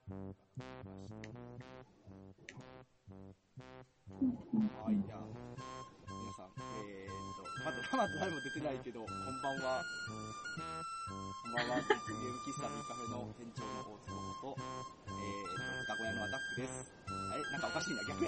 はい、じゃあ、皆さん、まず誰も出てないけど、こんばんは。こんばんは、ゲーム喫茶ミーカフェの店長の大坪こと、豚小屋のアタックです。あれなんかおかしいな、逆や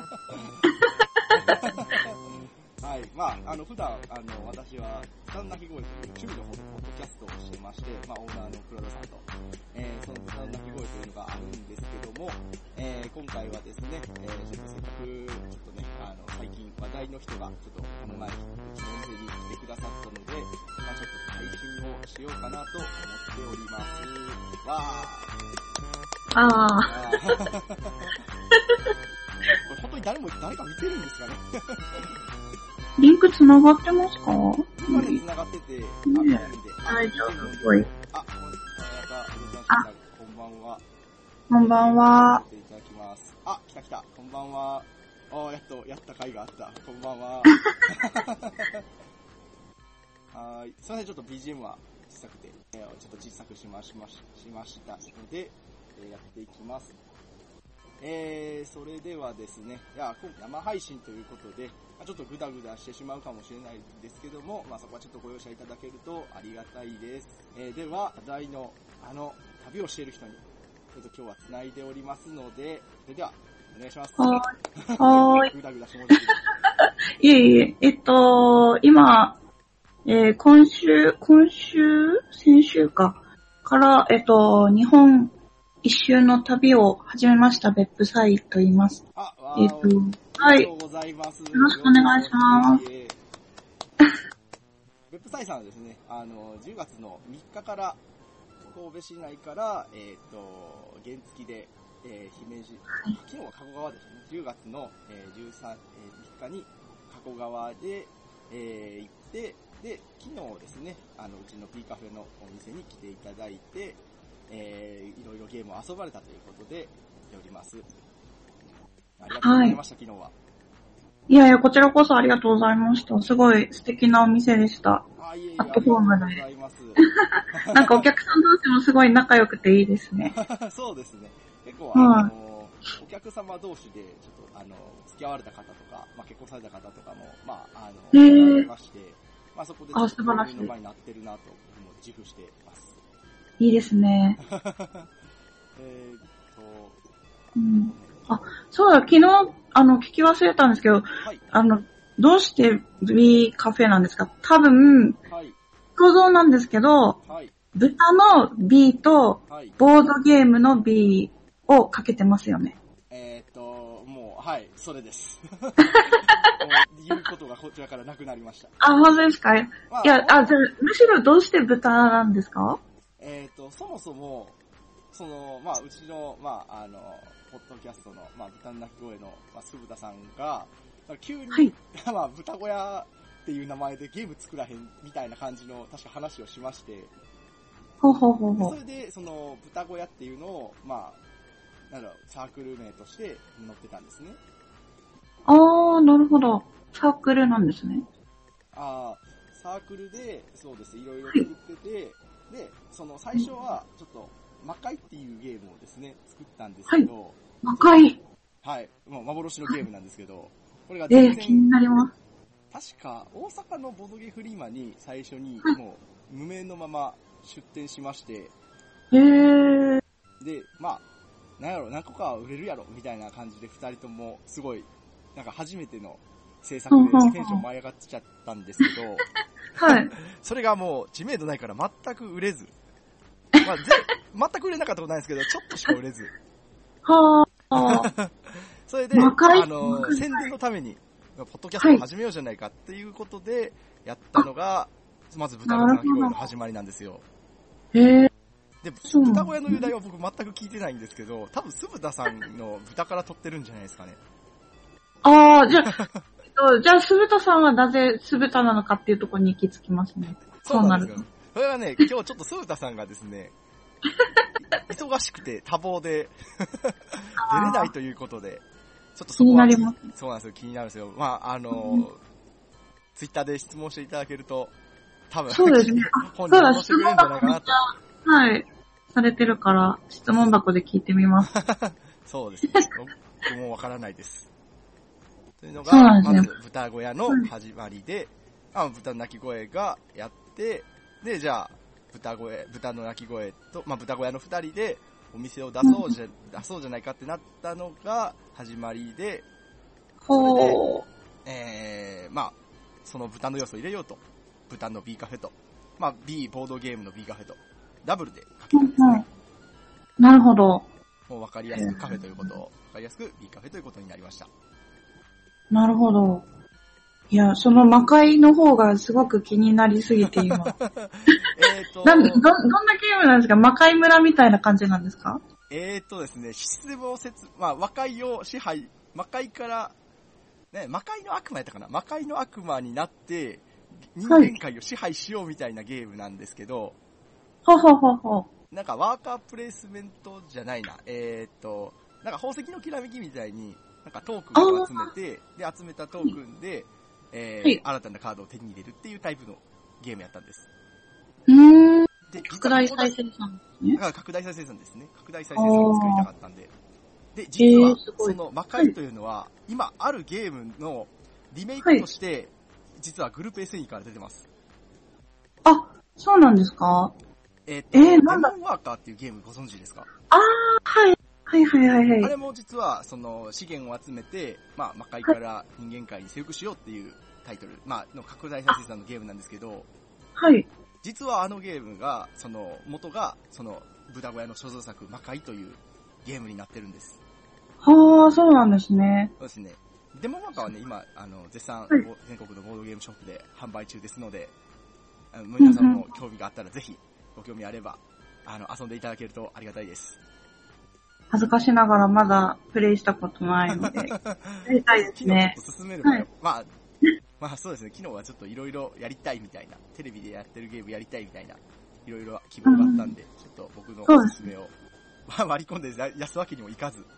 な。はい、まあ、普段、私は、スタン鳴き声という趣味の方でポッドキャストをしてまして、まあ、オーナーの黒田さんと、そのスタン鳴き声というのがあるんですけども、今回はですね、ちょっとせっかく、ちょっとね、最近話題の人が、ちょっとこの前、うちのお店に来てくださったので、まあ、ちょっと配信をしようかなと思っております。わー。これ本当に誰か見てるんですかね。 リンク繋がってますか？ 今ね、繋がってて、 大丈夫っぽい。 こんばんは。 こんばんは。 いただきます。来た。こんばんは。やった甲斐があった。こんばんは。はい。すいません、ちょっと BGM は小さくて、ちょっと小さくしましたので、やっていきます。それではですね、今回生配信ということで、ちょっとグダグダしてしまうかもしれないですけども、そこはちょっとご容赦いただけるとありがたいです。では、話題の旅をしている人に、ちょっと今日は繋いでおりますので、それでは、お願いします。 はーい。 グダグダしましたいえ、今、先週から、日本一周の旅を始めました別府サイと言います。はい。 ありがとうございます。よろしくお願いします。 別府サイさんはですね、10月の3日から、神戸市内から、原付で、姫路、昨日は加古川ですね、10月の、3日に加古川で、行って、で、昨日ですね、うちの P カフェのお店に来ていただいて、いろいろゲームを遊ばれたということで、来ております。ありがとうございました、昨日は。 いや、こちらこそありがとうございました。すごい素敵なお店でした。 アットホームで。 なんかお客さん同士もすごい仲良くていいですね。 そうですね。結構お客様同士で、ちょっと付き合われた方とか、結婚された方とかも、いまして、そこでちょっとこういうの場になってるなと、自負してます。 いいですね。そうだ、昨日、聞き忘れたんですけど、はい、どうして B カフェなんですか？多分、はい、想像なんですけど、はい、豚の B と、ボードゲームの B をかけてますよね。 もう、はい、それです。言うことがこちらからなくなりました。 本当ですか？いや、じゃあ、むしろどうして豚なんですか？ そもそも、うちの、ポッドキャストの、豚の鳴き声の、酢豚さんが、急に、はい、豚小屋っていう名前でゲーム作らへんみたいな感じの、確か話をしまして、それで、豚小屋っていうのを、サークル名として載ってたんですね。 なるほど。サークルなんですね。 サークルで、そうです、いろいろ作ってて、で、最初は、ちょっと、魔界っていうゲームをですね、作ったんですけど、 魔界？ はい、もう幻のゲームなんですけど、これが全然、 気になります。 確か、大阪のボドゲフリーマに最初に、もう、無名のまま出店しまして、で、何個か売れるやろ、みたいな感じで二人とも、すごい、初めての制作でテンション舞い上がっちゃったんですけど、はい。それがもう知名度ないから全く売れず。全く売れなかったことないんですけど、ちょっとしか売れず。それで、宣伝のために、ポッドキャストを始めようじゃないかっていうことで、やったのが、まず豚小屋の声の始まりなんですよ。で、豚小屋の由来は僕全く聞いてないんですけど、多分酢豚さんの豚から取ってるんじゃないですかね。 じゃあ、酢豚さんはなぜ酢豚なのかっていうところに行き着きますね。 そうなんですよ。それはね、今日ちょっと酢豚さんがですね、忙しくて多忙で出れないということで、ちょっとそこは、そうなんですよ、気になるんですよ。ツイッターで質問していただけると、多分、 そうですね。 本人をしてくれるんじゃないかなと。 はい。 されてるから、質問箱で聞いてみます。 そうですね。僕もわからないです。というのが、 そうですね、 まず豚小屋の始まりで、豚の鳴き声がやって、で、じゃあ、豚の鳴き声と、豚小屋の二人でお店を出そうじゃないかってなったのが始まりで、それで、その豚の要素を入れようと。豚の B カフェと、B ボードゲームの B カフェと、ダブルで書けたんですね。 なるほど。 もうわかりやすくカフェということを、わかりやすく B カフェということになりました。 なるほど。いや、その魔界の方がすごく気になりすぎて今。どんなゲームなんですか？魔界村みたいな感じなんですか？ ですね、魔界を支配、魔界から、ね、魔界の悪魔やったかな？魔界の悪魔になって、人間界を支配しようみたいなゲームなんですけど、なんかワーカープレイスメントじゃないな、なんか宝石のきらめきみたいに、なんかトークンを集めて、で、集めたトークンで、新たなカードを手に入れるっていうタイプのゲームやったんです。 で、拡大再生産ですね。 拡大再生産ですね。拡大再生産を作りたかったんで。で、実は、その魔界というのは、今あるゲームのリメイクとして、実はグループ SE から出てます。 あ、そうなんですか？ デモンワーカーっていうゲームご存知ですか？ はい。 あれも実は、その資源を集めて、魔界から人間界に征服しようっていうタイトル、の拡大再生産のゲームなんですけど、 はい。 実はあのゲームが、元が、豚小屋の所蔵作、魔界というゲームになってるんです。 はあ、そうなんですね。 そうですね。デモンワーカーはね、今、絶賛、全国のボードゲームショップで販売中ですので、皆さんも興味があったらぜひ、ご興味あれば、遊んでいただけるとありがたいです。 恥ずかしながらまだプレイしたことないので、やりたいですね。 昨日ちょっと進める前、そうですね、昨日はちょっといろいろやりたいみたいな、テレビでやってるゲームやりたいみたいな、いろいろ希望があったんで、ちょっと僕のおすすめを割り込んで出すわけにもいかず。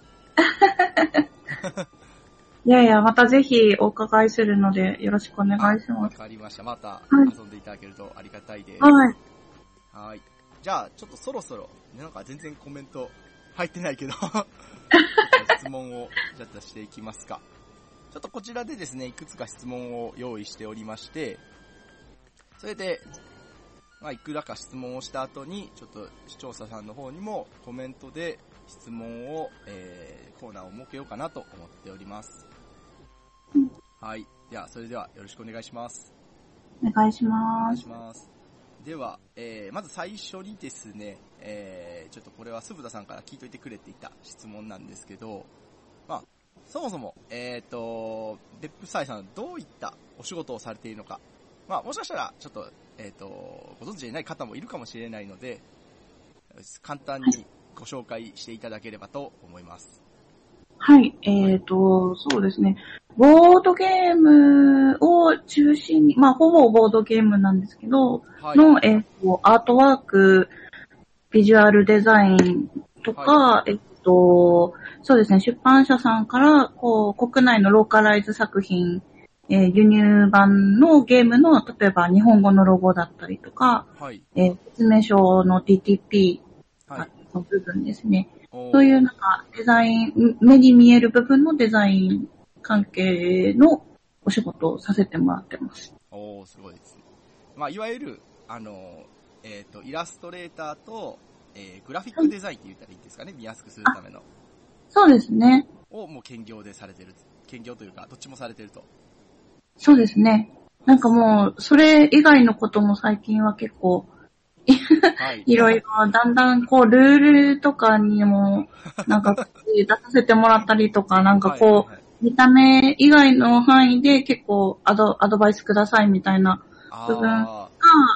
いやいや、またぜひお伺いするのでよろしくお願いします。 わかりました。また遊んでいただけるとありがたいです。はい。じゃあ、ちょっとそろそろ、なんか全然コメント入ってないけど、質問をじゃあしていきますか。ちょっとこちらでですね、いくつか質問を用意しておりまして、それで、いくらか質問をした後に、ちょっと視聴者さんの方にもコメントで質問を、コーナーを設けようかなと思っております。はい。では、それではよろしくお願いします。 お願いします。 お願いします。では、まず最初にですね、ちょっとこれは酢豚さんから聞いといてくれていた質問なんですけど、そもそも、別府斎さんどういったお仕事をされているのか、もしかしたら、ちょっと、ご存知でない方もいるかもしれないので、簡単にご紹介していただければと思います。 はい、そうですね。ボードゲームを中心に、ほぼボードゲームなんですけど、の、アートワーク、ビジュアルデザインとか、そうですね、出版社さんから、国内のローカライズ作品、輸入版のゲームの、例えば日本語のロゴだったりとか、説明書の DTP の部分ですね。そういうなんかデザイン、目に見える部分のデザイン関係のお仕事をさせてもらってます。 すごいですね。いわゆる、イラストレーターと、グラフィックデザインって言ったらいいんですかね、見やすくするための。 そうですね。 をもう兼業でされてる。兼業というか、どっちもされてると。 そうですね。なんかもう、それ以外のことも最近は結構、いろいろ、だんだんルールとかにも、なんか、出させてもらったりとか、なんか見た目以外の範囲で結構アドバイスくださいみたいな部分が、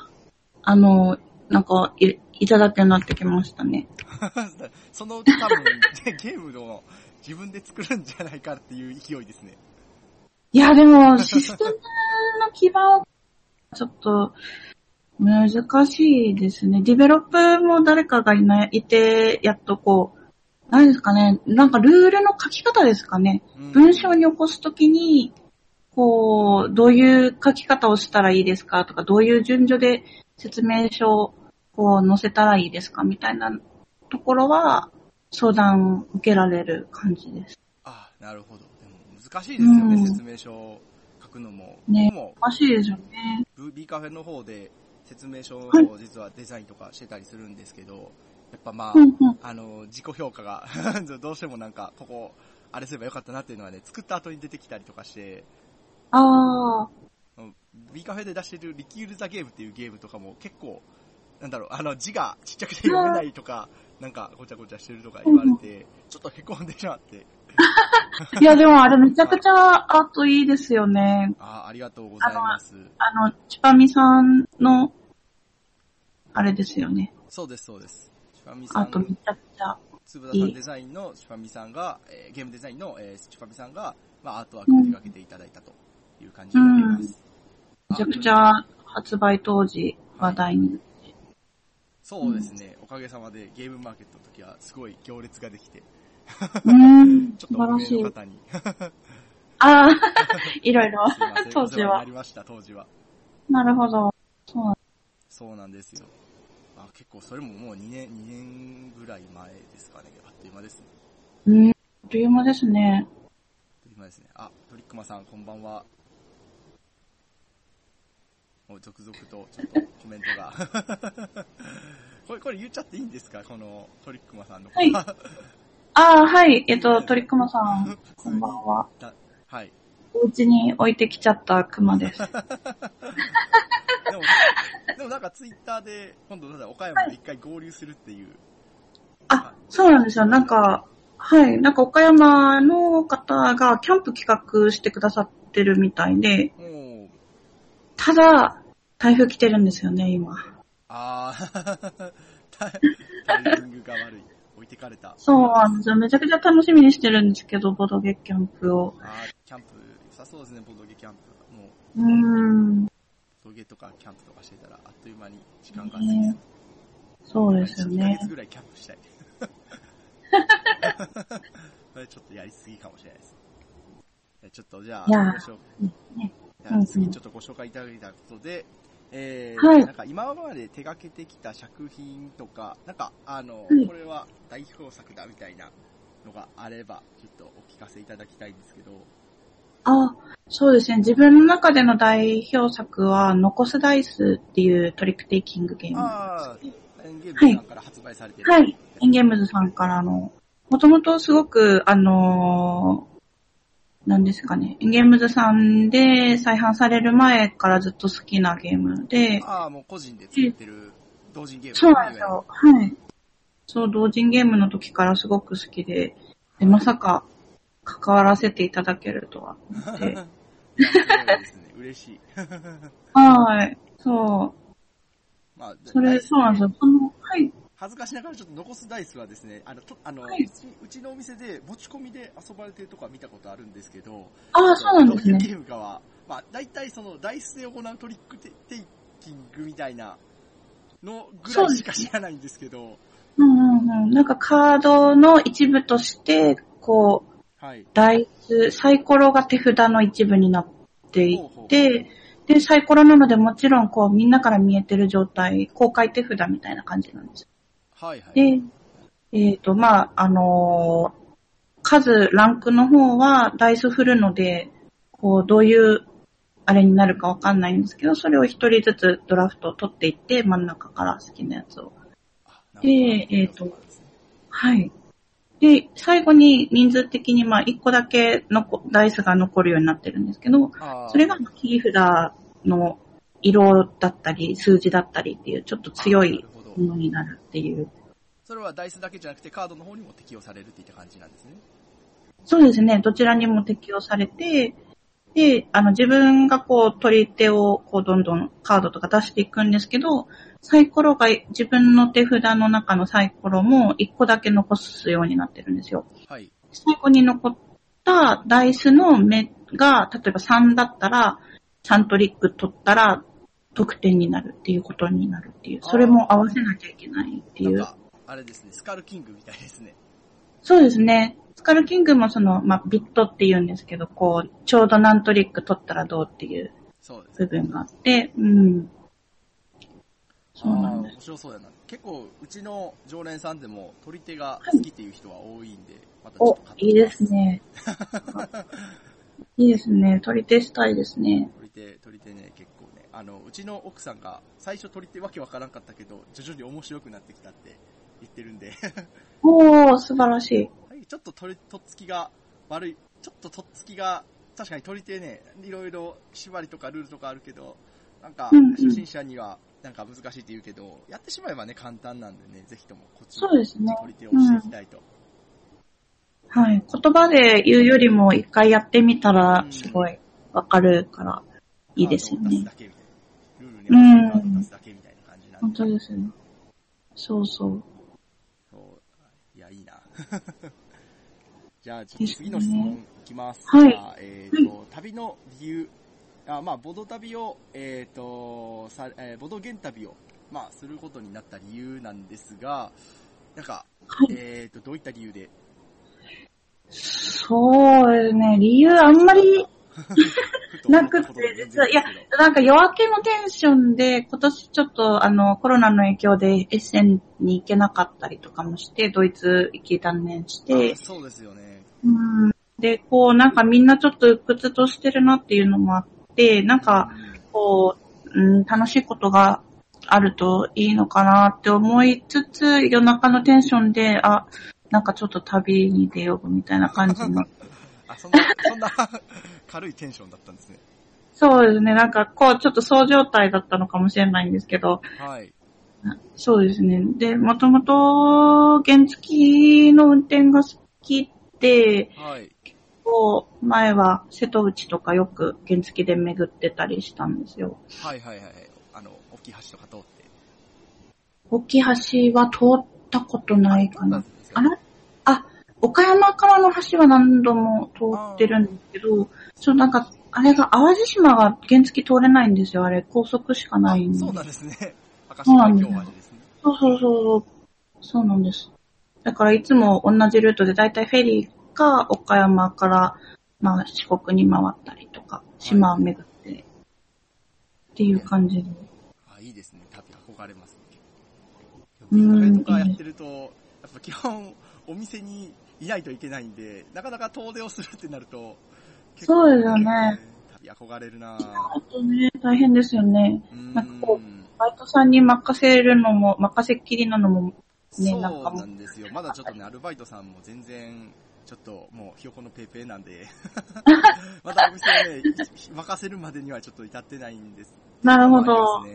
なんかいただくようになってきましたね。 そのうち多分、ゲームを自分で作るんじゃないかっていう勢いですね。 いや、でも、システムの基盤は、ちょっと、難しいですね。ディベロップも誰かがいて、やっと何ですかね、なんかルールの書き方ですかね。文章に起こすときに、どういう書き方をしたらいいですかとか、どういう順序で説明書を載せたらいいですかみたいなところは相談受けられる感じです。 あ、なるほど。でも難しいですよね、説明書を書くのも。 ね、難しいですよね。 B カフェの方で説明書を実はデザインとかしてたりするんですけど、やっぱまあ、自己評価がどうしてもなんか、ここ、あれすればよかったなっていうのはね、作った後に出てきたりとかして、B カフェで出してるリキュールザゲームっていうゲームとかも結構、なんだろう、字がちっちゃくて読めないとか、なんかごちゃごちゃしてるとか言われて、ちょっと凹んでしまって。 いや、でもあれめちゃくちゃアートいいですよね。 ありがとうございます。 ちぱみさんの、あれですよね。 そうです、そうです。ちぱみさん。 アートめちゃくちゃ。 つぶださんデザインのちぱみさんが、ゲームデザインのちぱみさんが、まあ、アートワークを手掛けていただいたという感じになります。 めちゃくちゃ発売当時話題になって。 そうですね、おかげさまでゲームマーケットの時はすごい行列ができて。ちょっとお名の方に。 いろいろ、当時は。 ありました、当時は。 なるほど。 そうなんですよ。結構それももう2年ぐらい前ですかね。あっという間ですね。 あっという間ですね。 あっという間ですね。トリックマさんこんばんは。もう続々とちょっとコメントが。これ言っちゃっていいんですか、このトリックマさんの。 はい。はい。トリックマさん、こんばんは。 はい。 お家に置いてきちゃったクマです。 でもなんかツイッターで、今度岡山で一回合流するっていう。 そうなんですよ。なんか岡山の方がキャンプ企画してくださってるみたいで、ただ、台風来てるんですよね、今。 タイミングが悪い。置いてかれた。 そうなんですよ。めちゃくちゃ楽しみにしてるんですけど、ボドゲキャンプを。 キャンプ、良さそうですね、ボドゲキャンプ。ボドゲとかキャンプとかしてたら、あっという間に時間が過ぎる。 そうですよね。 1ヶ月ぐらいキャンプしたい。これちょっとやりすぎかもしれないです。ちょっとじゃあ、次ちょっとご紹介いただいたことで、なんか今まで手掛けてきた作品とか、なんかこれは代表作だみたいなのがあれば、ちょっとお聞かせいただきたいんですけど。 そうですね。自分の中での代表作は、残すダイスっていうトリックテイキングゲーム。 エンゲームズさんから発売されてる。 はい。エンゲームズさんからもともとすごく、なんですかね、エンゲームズさんで再販される前からずっと好きなゲームで。 もう個人で作ってる同人ゲーム。 そうなんですよ。はい。そう、同人ゲームの時からすごく好きで、まさか関わらせていただけるとは思って。 ですね。嬉しい。 はい。そう。そうなんですよ。はい。 恥ずかしながらちょっと残すダイスはですね、うちのお店で持ち込みで遊ばれてるとこは見たことあるんですけど、 そうなんですね。 どういうゲームかは、大体そのダイスで行うトリックテイキングみたいなのぐらいしか知らないんですけど。 なんかカードの一部として、ダイス、サイコロが手札の一部になっていて、で、サイコロなのでもちろんみんなから見えてる状態、公開手札みたいな感じなんです。で、ランクの方はダイス振るので、どういうあれになるかわかんないんですけど、それを一人ずつドラフトを取っていって、真ん中から好きなやつを。で、はい。で、最後に人数的に1個だけダイスが残るようになってるんですけど、それが切り札の色だったり、数字だったりっていう、ちょっと強いものになるっていう。 それはダイスだけじゃなくてカードの方にも適用されるっていった感じなんですね。 そうですね。どちらにも適用されて、で、自分が取り手をどんどんカードとか出していくんですけど、サイコロが自分の手札の中のサイコロも1個だけ残すようになってるんですよ。 はい。 最後に残ったダイスの目が、例えば3だったら、3トリック取ったら得点になるっていうことになるっていう。それも合わせなきゃいけないっていう。 なんか、あれですね、スカルキングみたいですね。 そうですね。スカルキングもビットって言うんですけど、ちょうど何トリック取ったらどうっていう部分があって、 そうなんです。 面白そうやな。結構、うちの常連さんでも、取り手が好きっていう人は多いんで、またちょっと買っていいですね。いいですね。取り手したいですね。 取り手ね、結構ね。うちの奥さんが、最初取り手わけわからんかったけど、徐々に面白くなってきたって言ってるんで。 おー、素晴らしい。 はい、ちょっととっつきが悪い。ちょっととっつきが、確かに取り手ね、いろいろ縛りとかルールとかあるけど、なんか、初心者には、なんか難しいって言うけど、やってしまえばね、簡単なんでね、ぜひともこっちの取り手をしていきたいと。 はい。言葉で言うよりも一回やってみたら、すごいわかるから、いいですよね。 ルールに合わせてカード出すだけみたいな感じなんで。 本当ですね。そうそう。 いや、いいな。じゃあ、ちょっと次の質問いきます。 はい。 旅の理由。ボド旅を、ボドゲン旅を、することになった理由なんですが、なんか、どういった理由で？ そうですね、理由あんまりなくて、実は、いや、なんか夜明けのテンションで、今年ちょっとコロナの影響でエッセンに行けなかったりとかもして、ドイツ行き断念して。 そうですよね。 で、こう、なんかみんなちょっと鬱屈としてるなっていうのもあって、なんか、こう、楽しいことがあるといいのかなって思いつつ、夜中のテンションで、なんかちょっと旅に出ようみたいな感じの。 そんな軽いテンションだったんですね。 そうですね。なんかこう、ちょっとそう状態だったのかもしれないんですけど。 はい。 そうですね。で、もともと原付の運転が好きで、 はい。 こう、前は瀬戸内とかよく原付で巡ってたりしたんですよ。 はいはいはい。大きい橋とか通って。 大きい橋は通ったことないかな。岡山からの橋は何度も通ってるんですけど、なんか、あれが淡路島が原付通れないんですよ。あれ、高速しかないんで。 そうなんですね。明石海峡橋ですね。 そうなんです。だからいつも同じルートでだいたいフェリーか岡山から、四国に回ったりとか、島を巡って、っていう感じで。 いいですね。旅憧れますね。カフェとかやってると、やっぱ基本お店にいないといけないんで、なかなか遠出をするってなると、 そうですよね。 旅憧れるなぁ。大変ですよね。なんかこう、バイトさんに任せっきりなのも、 ね、そうなんですよ。まだちょっとね、アルバイトさんも全然、ちょっともうひよこのペーペーなんで、まだお店をね、任せるまでにはちょっと至ってないんです。 なるほど。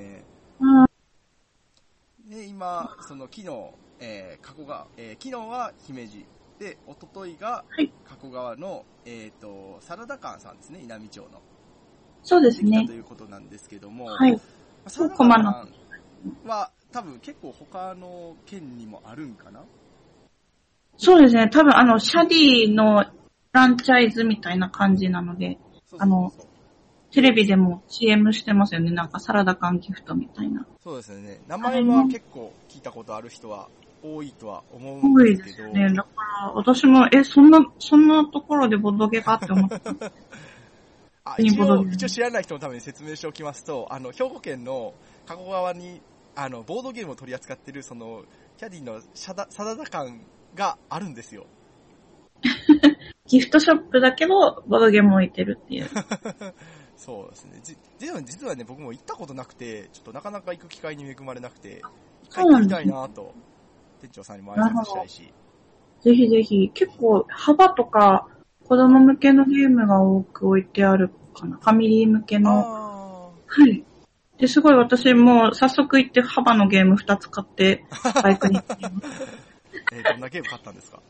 で、今、昨日、昨日は姫路で、一昨日が加古川の、サラダ館さんですね、稲美町の。 そうですね。 ということなんですけども、 はい。 サラダ館は多分結構他の県にもあるんかな？ そうですね。多分シャディのフランチャイズみたいな感じなので、テレビでも CM してますよね。なんかサラダ缶ギフトみたいな。 そうですよね。名前は結構聞いたことある人は多いとは思うんですけど。 多いですね。だから私も、そんなところでボドゲかって思ってた。 一応知らない人のために説明しておきますと、兵庫県の加古川に、ボードゲームを取り扱ってる、キャディのサラダ館があるんですよ。 ギフトショップだけど、ボードゲーム置いてるっていう。 そうですね。実はね、僕も行ったことなくて、ちょっとなかなか行く機会に恵まれなくて、一回行ってみたいなと、店長さんにも挨拶したいし。 ぜひぜひ、結構幅とか、子供向けのゲームが多く置いてあるかな。ファミリー向けの。はい。で、すごい私も早速行って幅のゲーム2つ買って、バイクに行っています。 どんなゲーム買ったんですか？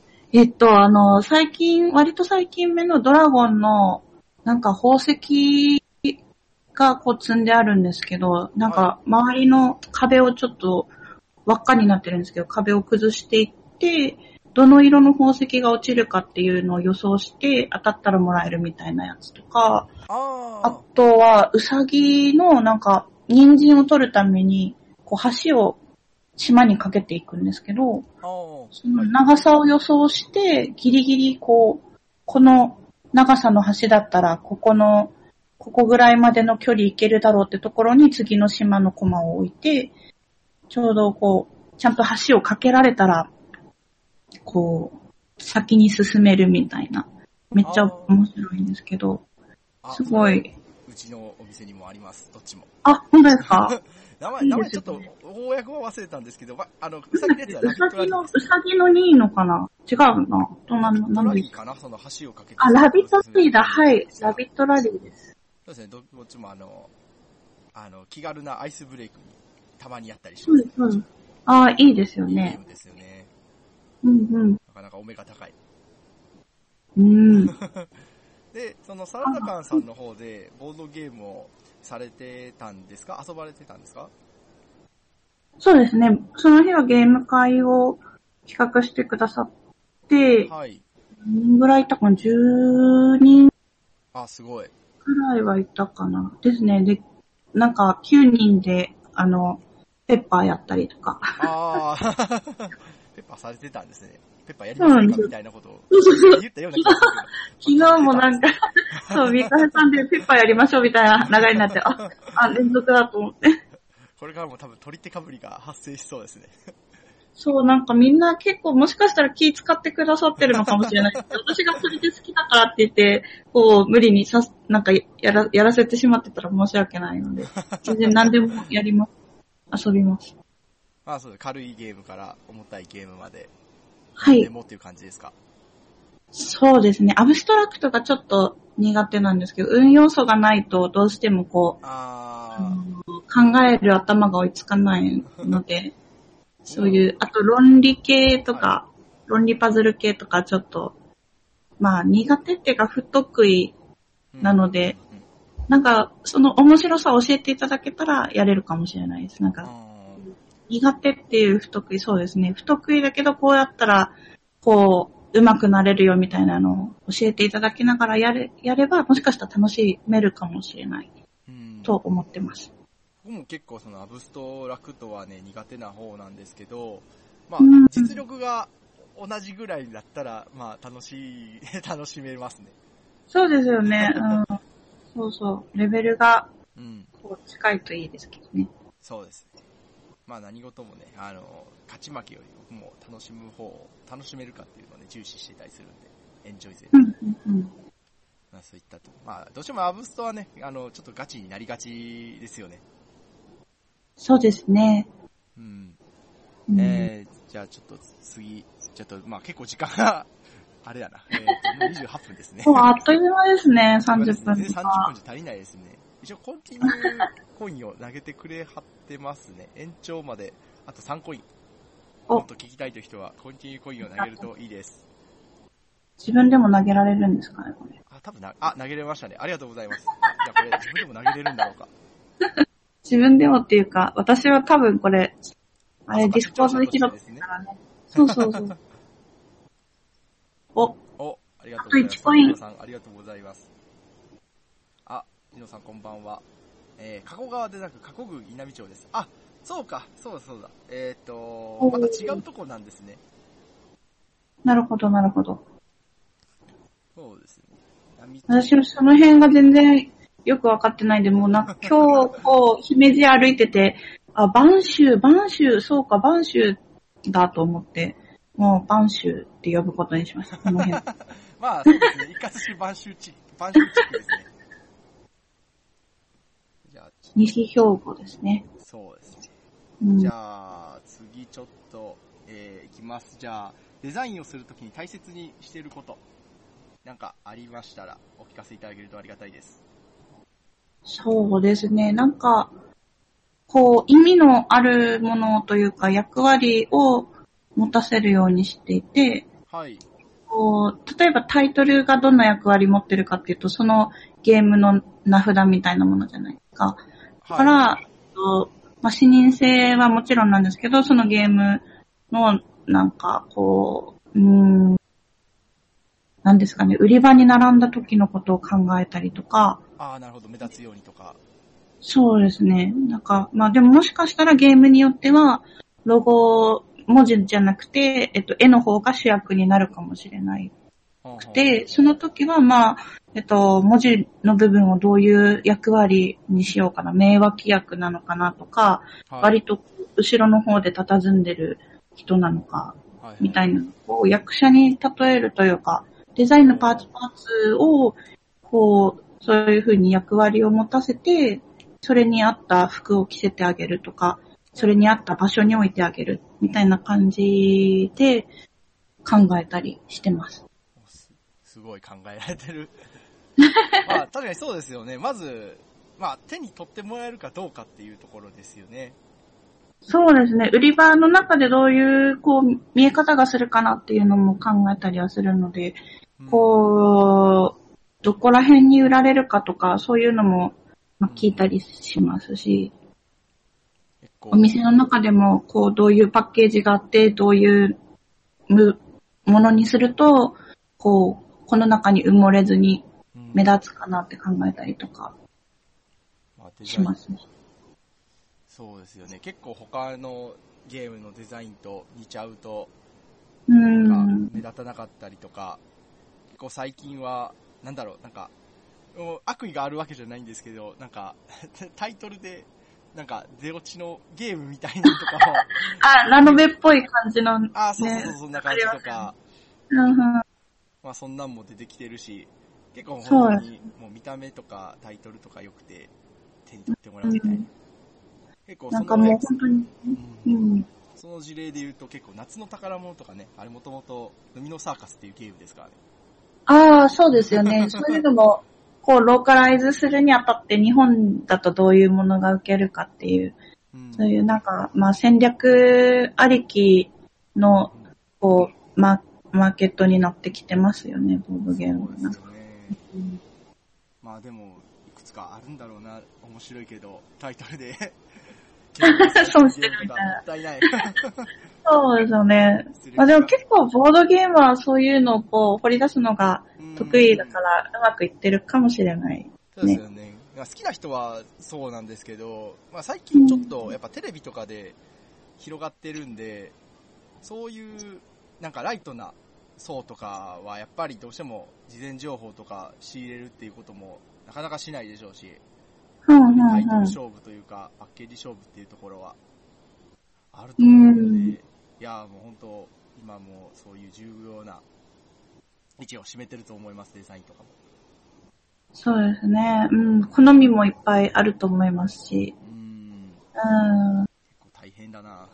割と最近目のドラゴンの、なんか宝石がこう積んであるんですけど、なんか周りの壁をちょっと輪っかになってるんですけど、壁を崩していって、どの色の宝石が落ちるかっていうのを予想して当たったらもらえるみたいなやつとか、あとはウサギのなんか人参を取るためにこう橋を島にかけていくんですけど、その長さを予想してギリギリこの長さの橋だったらこここぐらいまでの距離行けるだろうってところに次の島のコマを置いて、ちょうどこう、ちゃんと橋を架けられたら、こう、先に進めるみたいな。めっちゃ面白いんですけど、すごい。 うちのお店にもあります、どっちも。 あ、本当ですか？ 名前ちょっと、公約は忘れたんですけど、うさぎのやつはラビットラリー。 うさぎのいいのかな？違うな。 ラビットラリーかな、その橋を架けて。 あ、ラビットラリーだ、はい。ラビットラリーです。 そうですね、どっちも気軽なアイスブレイクにたまにやったりします、ね。 うん。ああ、いいですよね。 いいゲームですよね。 うんうん。 なかなかお目が高い。で、そのサラダカンさんの方でボードゲームをされてたんですか？遊ばれてたんですか？ そうですね。その日はゲーム会を企画してくださって、 はい。 何人ぐらいいたかな？ 10 人あ、すごい。 くらいはいたかな。ですね。で、なんか9人で、ペッパーやったりとか。 ああ、ペッパーされてたんですね。ペッパーやりませんかみたいなことを言ったような気がするけど。昨日もなんか、そう、ミカヘさんでペッパーやりましょうみたいな流れになって、連続だと思って。 これからも多分取り手かぶりが発生しそうですね。 そう、なんかみんな結構もしかしたら気使ってくださってるのかもしれない。私がそれで好きだからって言って、こう、無理になんかやらせてしまってたら申し訳ないので、全然何でもやります。遊びます。 まあそうです。軽いゲームから重たいゲームまで。 はい。 でもっていう感じですか？ そうですね。アブストラクトがちょっと苦手なんですけど、運要素がないとどうしてもこう、考える頭が追いつかないので、そういう、あと論理系とか、はい、論理パズル系とかちょっと、まあ苦手っていうか不得意なので、なんかその面白さを教えていただけたらやれるかもしれないです。なんか、苦手っていう不得意、そうですね。不得意だけどこうやったら、こう、上手くなれるよみたいなのを教えていただきながらやれば、もしかしたら楽しめるかもしれないと思ってます。 僕も結構そのアブストラクトはね、苦手な方なんですけど、まあ、実力が同じぐらいだったら、まあ、楽しめますね。そうですよね。 そうそう。レベルが、こう近いといいですけどね。 そうですね。まあ何事もね、勝ち負けより僕も楽しむ方を楽しめるかっていうのをね、重視してたりするんで、エンジョイ勢。まあそういったと。まあどうしてもアブストはね、ちょっとガチになりがちですよね。 そうですね。 じゃあちょっと次、まあ結構時間が、あれだな。もう28分ですね。 あっという間ですね、30分。 30分じゃ足りないですね。一応コンティニューコインを投げてくれはってますね。延長まであと3コイン。もっと聞きたいという人はコンティニューコインを投げるといいです。 自分でも投げられるんですかね、これ。 多分投げれましたね。ありがとうございます。じゃあこれ自分でも投げれるんだろうか。 自分でもっていうか、私は多分これ、ディスコードで拾ってからね。そうそうそう。 ありがとうございます。 1コイン。 ありがとうございます。ジノさんこんばんは。加古川でなく加古郡稲美町です。あ、そうか、そうだ。また違うとこなんですね。 なるほど、なるほど。 そうですね。 私もその辺が全然よくわかってないんで、もうなんか今日、こう、姫路歩いてて、播州、そうか、播州だと思って、もう播州って呼ぶことにしました、この辺。 まあ、そうですね。一括し播州地区ですね。 西兵庫ですね。 そうですね。じゃあ、次ちょっと、いきます。じゃあ、デザインをするときに大切にしていること、なんかありましたらお聞かせいただけるとありがたいです。 そうですね。なんか、こう、意味のあるものというか役割を持たせるようにしていて、 はい。 こう、例えばタイトルがどんな役割持ってるかっていうと、そのゲームの名札みたいなものじゃないですか。だから、まあ、視認性はもちろんなんですけど、そのゲームの、なんか、こう、なんですかね、売り場に並んだ時のことを考えたりとか。 なるほど、目立つようにとか。 そうですね。なんか、まあでももしかしたらゲームによっては、ロゴ、文字じゃなくて、絵の方が主役になるかもしれないくて、その時はまあ、文字の部分をどういう役割にしようかな、名脇役なのかなとか、割と後ろの方で佇んでる人なのか、みたいなのを役者に例えるというか、デザインのパーツを、こう、そういう風に役割を持たせて、それに合った服を着せてあげるとか、それに合った場所に置いてあげる、みたいな感じで考えたりしてます。 すごい考えられてる。まあ、確かにそうですよね。まず、まあ、手に取ってもらえるかどうかっていうところですよね。 そうですね。売り場の中でどういう、こう、見え方がするかなっていうのも考えたりはするので、こう、どこら辺に売られるかとか、そういうのも、まあ、聞いたりしますし、お店の中でも、こう、どういうパッケージがあって、どういうものにすると、こう、この中に埋もれずに目立つかなって考えたりとかしますね。 そうですよね。結構他のゲームのデザインと似ちゃうと、目立たなかったりとか、結構最近は、なんだろう、なんか、悪意があるわけじゃないんですけど、なんか、タイトルで、なんか、出落ちのゲームみたいなのとかを。 ラノベっぽい感じの、ね。 そうそうそう、そんな感じとか。まあそんなんも出てきてるし、結構本当にもう見た目とかタイトルとか良くて手に取ってもらうみたいな。結構その、 なんかもう本当に、 その事例で言うと結構夏の宝物とかね、あれもともとルミノサーカスっていうゲームですからね。 そうですよね。そういうのも、こうローカライズするにあたって日本だとどういうものが受けるかっていう、そういうなんか、まあ戦略ありきの、こう、マーケットになってきてますよね、ボードゲームは。そうですよね。まあでも、いくつかあるんだろうな、面白いけど、タイトルで。 損してるみたいな。 もったいない。 そうですよね。まあでも結構ボードゲームはそういうのをこう掘り出すのが得意だからうまくいってるかもしれない、ね。 そうですよね。好きな人はそうなんですけど、まあ最近ちょっとやっぱテレビとかで広がってるんで、そういうなんかライトな層とかはやっぱりどうしても事前情報とか仕入れるっていうこともなかなかしないでしょうし、タイトル勝負というかパッケージ勝負っていうところはあると思うので、いやもう本当今もそういう重要な位置を占めてると思います、デザインとかも。 そうですね。好みもいっぱいあると思いますし。 結構大変だな。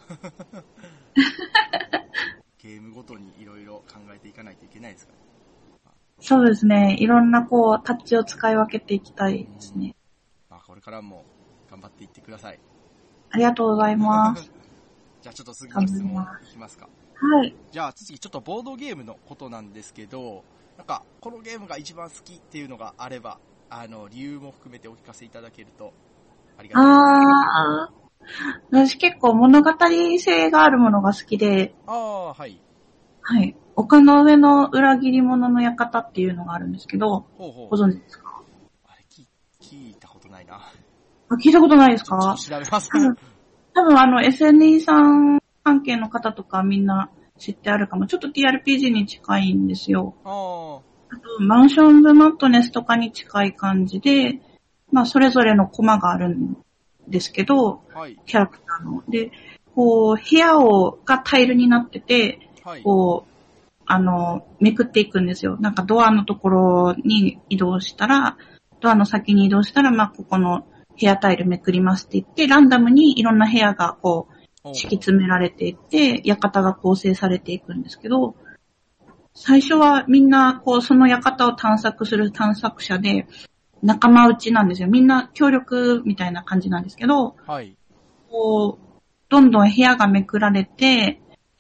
ゲームごとにいろいろ考えていかないといけないですから、ね。 そうですね。いろんなこうタッチを使い分けていきたいですね。 これからも頑張っていってください。 ありがとうございます。 じゃあちょっと次の質問いきますか。 はい。 じゃあ次ちょっとボードゲームのことなんですけど、なんかこのゲームが一番好きっていうのがあれば、理由も含めてお聞かせいただけるとありがたいです。 私結構物語性があるものが好きで、 はい。 はい。丘の上の裏切り者の館っていうのがあるんですけど、ご存知ですか？ あれ聞いたことないな。 聞いたことないですか？ 調べます。 多分SNE さん関係の方とかみんな知ってあるかも。ちょっと TRPG に近いんですよ。あと、マンションズマットネスとかに近い感じで、まあ、それぞれのコマがあるんですけど、キャラクターの。で、こう、部屋がタイルになってて、こう、めくっていくんですよ。なんかドアのところに移動したら、ドアの先に移動したら、まあ、ここの部屋タイルめくりますって言って、ランダムにいろんな部屋がこう、敷き詰められていって、館が構成されていくんですけど、最初はみんな、こう、その館を探索する探索者で、仲間内なんですよ。みんな協力みたいな感じなんですけど、こう、どんどん部屋がめくられて、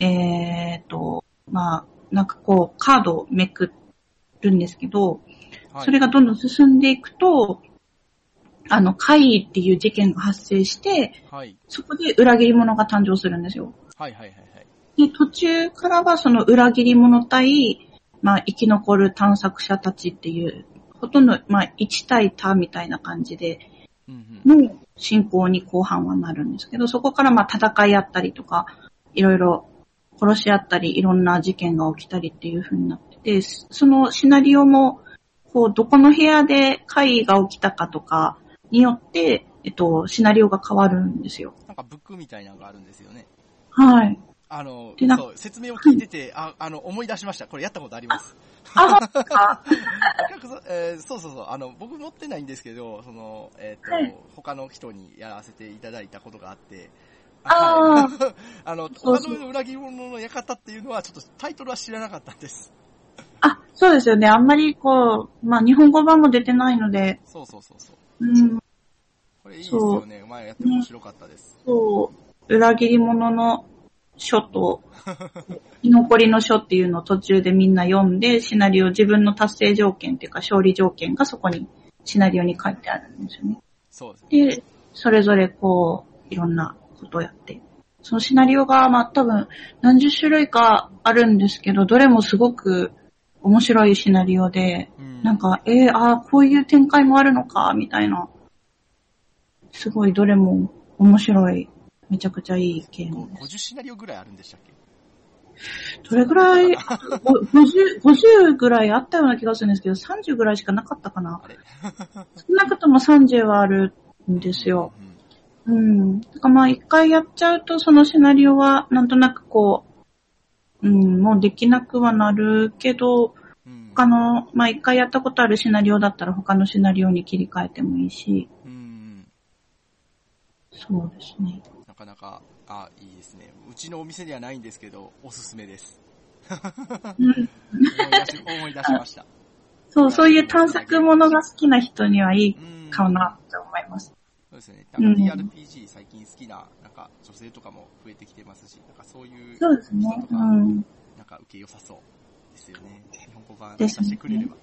まあ、なんかこう、カードをめくるんですけど、それがどんどん進んでいくと、怪異っていう事件が発生して、そこで裏切り者が誕生するんですよ。で、途中からはその裏切り者対、まあ、生き残る探索者たちっていう、ほとんど、まあ、1対他みたいな感じで、の進行に後半はなるんですけど、そこからまあ、戦いあったりとか、いろいろ殺し合ったり、いろんな事件が起きたりっていう風になってで、そのシナリオも、こう、どこの部屋で会が起きたかとかによって、シナリオが変わるんですよ。 なんかブックみたいなのがあるんですよね。 はい。 そう、説明を聞いてて、思い出しました。これやったことあります。そうそうそう、僕持ってないんですけど、他の人にやらせていただいたことがあって、他の裏切り者の館っていうのは、ちょっとタイトルは知らなかったんです。 そうですよね。あんまりこう、まあ、日本語版も出てないので。 そう。 うん。 これいいですよね。前やって面白かったです。 そう。裏切り者の書と、居残りの書っていうのを途中でみんな読んで、シナリオ、自分の達成条件っていうか、勝利条件がそこに、シナリオに書いてあるんですよね。 そうですね。 で、それぞれこう、いろんなことをやって。そのシナリオが、まあ、多分、何十種類かあるんですけど、どれもすごく面白いシナリオで、なんか、こういう展開もあるのか、みたいな。すごいどれも面白い、めちゃくちゃいいゲームです。 50シナリオぐらいあるんでしたっけ？ どれぐらい、50ぐらいあったような気がするんですけど、30ぐらいしかなかったかな。少なくとも30はあるんですよ。だからまあ一回やっちゃうと、そのシナリオはなんとなくこう、もうできなくはなるけど、他の、まあ一回やったことあるシナリオだったら他のシナリオに切り替えてもいいし。そうですね。 なかなか、いいですね。うちのお店にはないんですけど、おすすめです。思い出しました。 そういう探索ものが好きな人にはいいかなと思います。 そうですね。なんか TRPG 最近好きな、なんか女性とかも増えてきてますし、なんかそういう人とか、なんか受け良さそうですよね。日本語版出してくれれば。い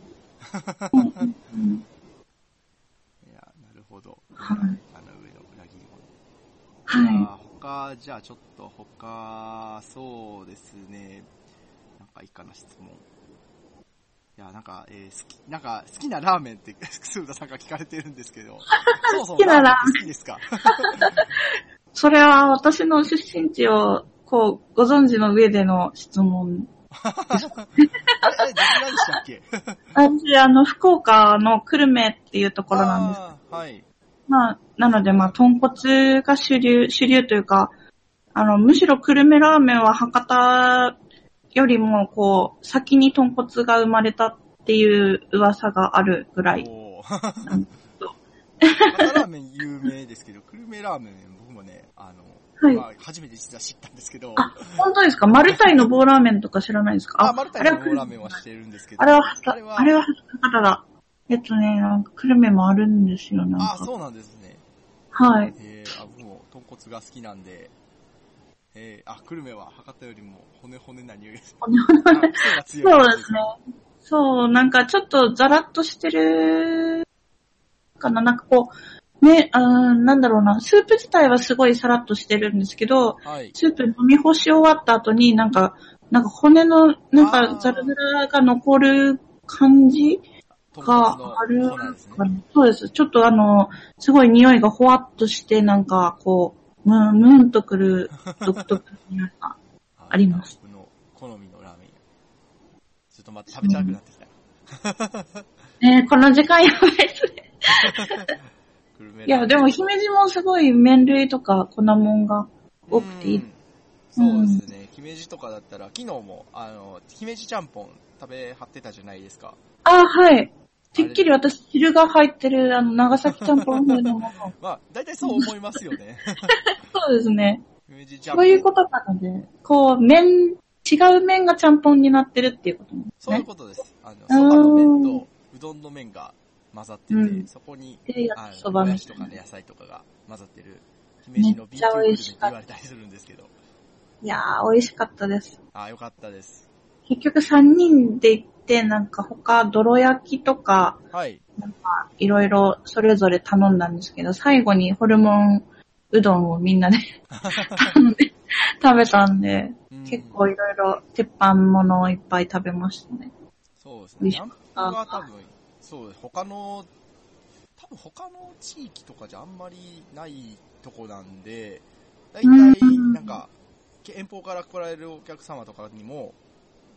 や、なるほど。上の裏切り者。他、じゃあちょっとそうですね。なんかいいかな、質問。いや、なんか、好きなラーメンって、スーダさんが聞かれてるんですけど、 好きなラーメン好きですか？ それは私の出身地を、こう、ご存知の上での質問。 あれ、どちらでしたっけ？ 私、福岡の久留米っていうところなんですけど。 はい。 まあ、なので、まあ、豚骨が主流というか、むしろ久留米ラーメンは博多よりも、こう、先に豚骨が生まれたっていう噂があるぐらい。 博多ラーメン有名ですけど、久留米ラーメン、僕もね、初めて実は知ったんですけど。 本当ですか？マルタイの棒ラーメンとか知らないですか？ マルタイの棒ラーメンは知ってるんですけど。 あれは博多だ。なんか、久留米もあるんですよ、なんか。 そうなんですね。 はい。 僕も豚骨が好きなんで、久留米は博多よりも骨な匂いです。 そうですね。そう、なんかちょっとザラッとしてるかな。なんかこう、ね、なんだろうな、スープ自体はすごいサラッとしてるんですけど、スープ飲み干し終わった後になんか骨の、なんかザラザラが残る感じがあるかね。そうです。ちょっとすごい匂いがほわっとして、なんかこう、ムーンとくる独特ながあります。 僕の好みのラーメン。ちょっと待って、食べたくなってきた。 この時間やばいですね。いや、でも姫路もすごい麺類とか粉もんが多くていい。 そうですね。姫路とかだったら、昨日も、姫路ちゃんぽん食べはってたじゃないですか。 はい。てっきり私、汁が入ってる、長崎ちゃんぽん風のもの。 まあ、大体そう思いますよね。 そうですね。そういうことなので、こう、違う麺がちゃんぽんになってるっていうことなんですね。 そういうことです。そばの麺とうどんの麺が混ざってて、そこに、もやしとかね、野菜とかが混ざってる、姫路の B 級グルメって言われたりするんですけど。 いやー、美味しかったです。 よかったです。 結局3人で行って、なんか他、泥焼きとか、なんかいろいろそれぞれ頼んだんですけど、最後にホルモンうどんをみんなで食べたんで、結構いろいろ鉄板ものをいっぱい食べましたね。 そうですね。南部は多分、そうです。他の地域とかじゃあんまりないとこなんで、だいたいなんか、遠方から来られるお客様とかにも、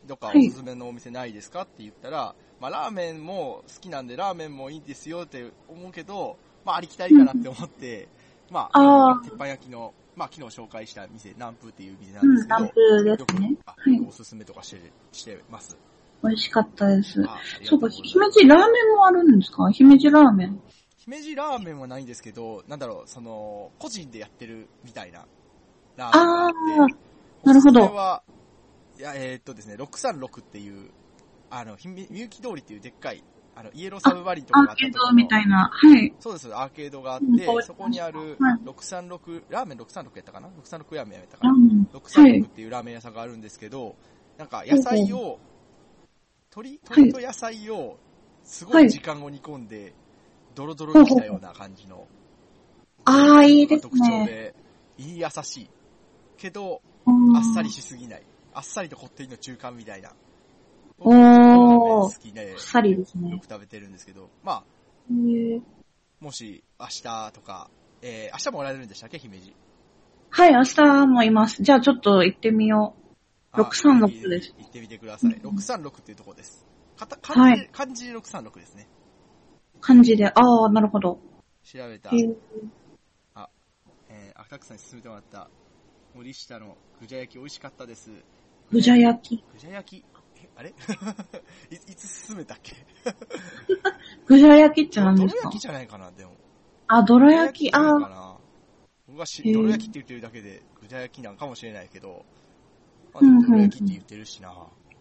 どっかおすすめのお店ないですかって言ったら、まあラーメンも好きなんでラーメンもいいですよって思うけど、まあありきたりかなって思って、まあ、鉄板焼きの、まあ昨日紹介した店、南風っていう店なんですけど、 南風ですね。 よくおすすめとかしてます。 美味しかったです。そうか、姫路ラーメンもあるんですか？姫路ラーメン。 姫路ラーメンはないんですけど、なんだろう、個人でやってるみたいなラーメンがあって、 なるほど。 それは、いや、ですね、636っていう、みゆき通りっていうでっかい、イエローサブマリンとかがあったところ。 アーケードみたいな。はい。 そうです、アーケードがあって、そこにある636、ラーメン636やったかな ?636 ラーメンやったかな、?636 っていうラーメン屋さんがあるんですけど、なんか野菜を、鶏と野菜を、すごい時間を煮込んで、ドロドロにしたような感じの、 いいですね。 特徴で、いい優しい。けど、あっさりしすぎない。あっさりとこってりの中間みたいな。好きで、 あっさりですね。 よく食べてるんですけど、まあ、もし明日とか、明日もおられるんでしたっけ、姫路。 はい、明日もいます。じゃあちょっと行ってみよう。636です。 行ってみてください。636っていうところです。漢字で636ですね。 漢字で、なるほど。 調べた。赤くさんに勧めてもらった、森下のぐじゃ焼き美味しかったです。 ぐじゃ焼き。 ぐじゃ焼きあれいつ勧めたっけぐじゃ焼きって何ですか？ 泥焼きじゃないかな、でも。 泥焼き、 僕は泥焼きって言ってるだけで、ぐじゃ焼きなんかもしれないけど、泥焼きって言ってるしな。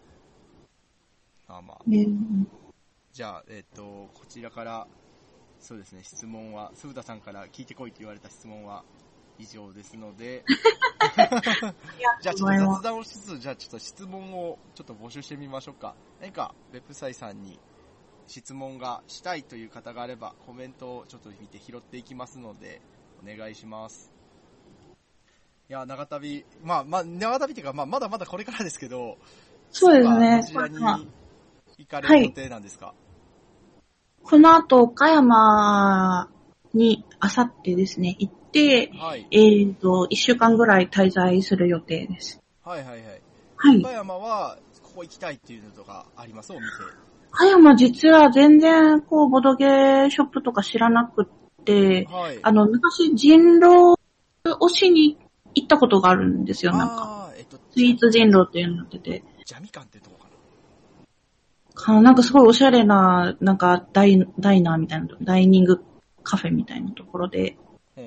じゃあ、こちらから、そうですね、質問は、鈴田さんから聞いてこいと言われた質問は以上ですので、じゃあちょっと雑談をしつつ、じゃあちょっと質問をちょっと募集してみましょうか。何か、ウェブサイさんに質問がしたいという方があれば、コメントをちょっと見て拾っていきますので、お願いします。いや、長旅、長旅っていうか、まだまだこれからですけど、 そうですね。 こちらに行かれる予定なんですか？ この後、岡山に、あさってですね、行って、1週間ぐらい滞在する予定です。 はい。岡山は、ここ行きたいっていうのとかあります？お店。 岡山実は全然、ボドゲーショップとか知らなくって、昔、人狼をしに行ったことがあるんですよ、なんか。スイーツ人狼っていうのやってて。 ジャミカンってとこかな。 なんかすごいおしゃれな、なんかダイナーみたいな、ダイニングカフェみたいなところで。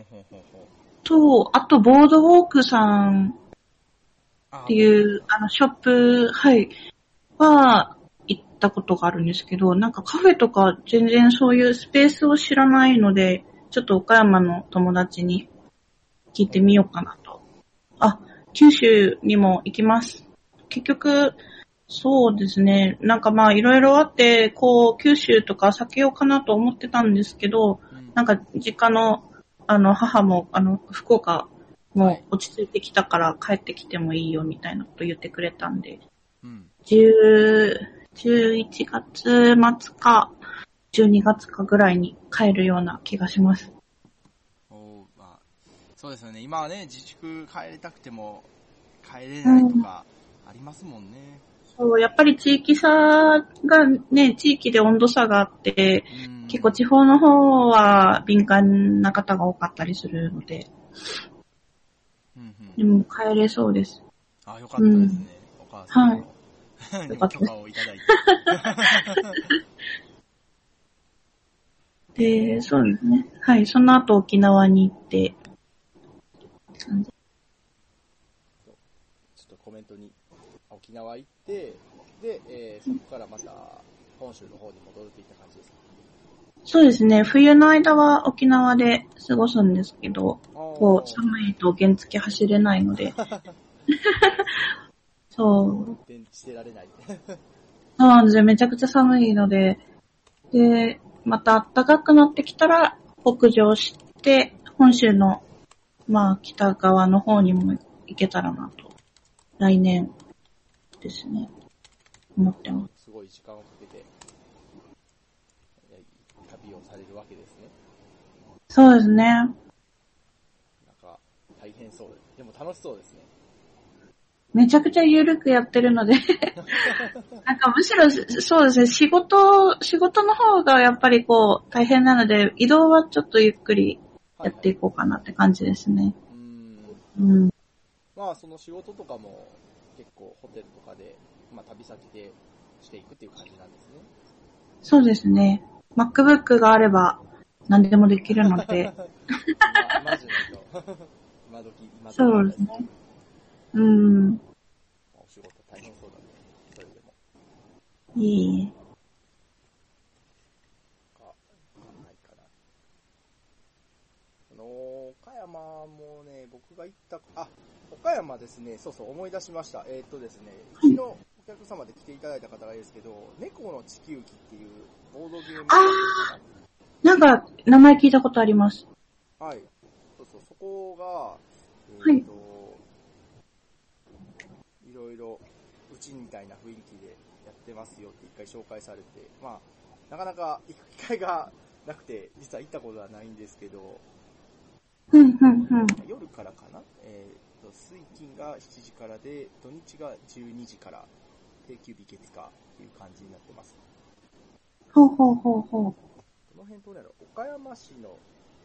あと、ボードウォークさんっていう、ショップ、は行ったことがあるんですけど、なんかカフェとか全然そういうスペースを知らないので、ちょっと岡山の友達に聞いてみようかなと。九州にも行きます。結局、そうですね。なんかいろいろあって、九州とか避けようかなと思ってたんですけど、なんか実家の、母も、福岡も落ち着いてきたから帰ってきてもいいよみたいなこと言ってくれたんで、11月末か、12月かぐらいに帰るような気がします。 そうですよね。今はね、自粛帰りたくても帰れないとかありますもんね。 そう、やっぱり地域差がね、地域で温度差があって、結構地方の方は敏感な方が多かったりするので、でも帰れそうです。 よかったですね。お母さんの許可をいただいて。で、そうですね。はい、その後沖縄に行って、 ちょっとコメントに沖縄行って、で、そこからまた本州の方に戻るといった感じですか？ そうですね。冬の間は沖縄で過ごすんですけど、寒いと原付走れないので。そう。 運転してられない。 そうなんですよ。めちゃくちゃ寒いので。で、また暖かくなってきたら北上して、本州の北側の方にも行けたらなと。来年ですね。思ってます。 すごい時間をかけて旅をされるわけですね。 そうですね。 大変そうでも楽しそうですね。 めちゃくちゃ緩くやってるのでなんかむしろそうですね、仕事の方がやっぱりこう大変なので、移動はちょっとゆっくりやっていこうかなって感じですね。うん。 まあその仕事とかも結構ホテルとかで、まあ旅先でしていくっていう感じなんですね。 そうですね。MacBook があれば何でもできるので。 マジないと。 そうですね。うん。 お仕事大変そうだね。それでも。 いい。 ないかな。岡山もね、僕が行った、岡山ですね、そうそう思い出しました。ですね、うちのお客様で来ていただいた方がいいですけど、猫の地球儀っていうボードゲーム。 なんか、名前聞いたことあります。 はい。そこが、いろいろ、うちみたいな雰囲気でやってますよって一回紹介されて、まあ、なかなか行く機会がなくて、実は行ったことはないんですけど、夜からかな、水金が7時からで、土日が12時から、定休日月火っていう感じになってます。 ほうほうほうほう。 この辺どうなの？岡山市の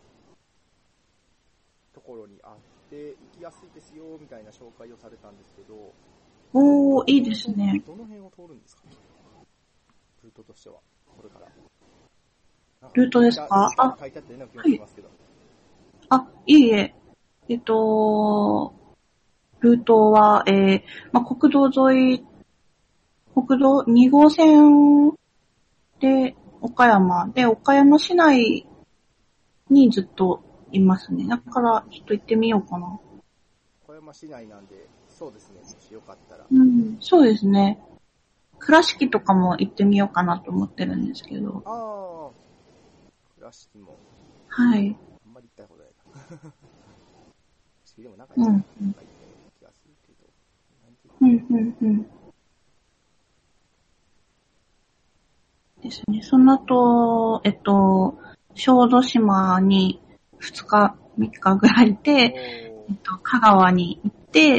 ところにあって行きやすいですよみたいな紹介をされたんですけど、 おー、いいですね。 どの辺を通るんですかね、ルートとしては。これからルートですか？ 書いてあったような気がしますけど。 いいえ。ルートは、国道沿い、国道2号線で岡山で、岡山市内にずっといますね。だからちょっと行ってみようかな。 岡山市内なんで、そうですね、もしよかったら。 そうですね。倉敷とかも行ってみようかなと思ってるんですけど。 倉敷も。 はい。 あんまり行ったことないな。倉敷でもなんか行った気がするけど。 ですね。その後、小豆島に2日、3日ぐらいで、香川に行って、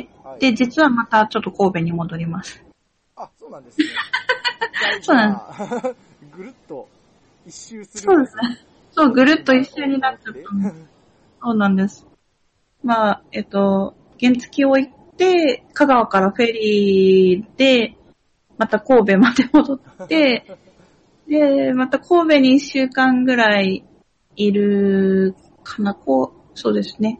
で、実はまたちょっと神戸に戻ります。 そうなんですね。 そうなんです。 ぐるっと一周する。 そうですね。そう、ぐるっと一周になっちゃった。そうなんです。まあ、原付を行って、香川からフェリーで、また神戸まで戻って、で、また神戸に1週間ぐらいいるかな、そうですね。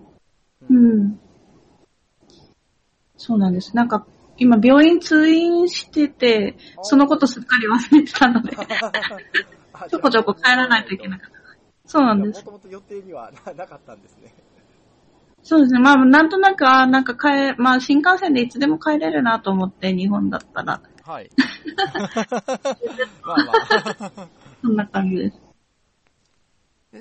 そうなんです。なんか、今病院通院してて、そのことすっかり忘れてたので、ちょこちょこ帰らないといけなかった。そうなんです。 もともと予定にはなかったんですね。 そうですね。まあ、なんとなく、まあ、新幹線でいつでも帰れるなと思って、日本だったら。 はい。まあ。 そんな感じです。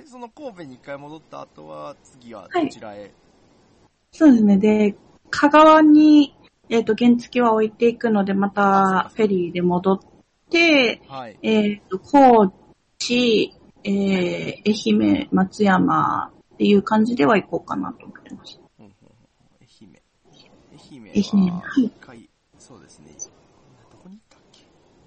その神戸に一回戻った後は、次はどちらへ？ そうですね。で、香川に、原付は置いていくので、またフェリーで戻って、高知、愛媛、松山っていう感じでは行こうかなと思ってます。 愛媛は、そうですね。どこに行ったっけ？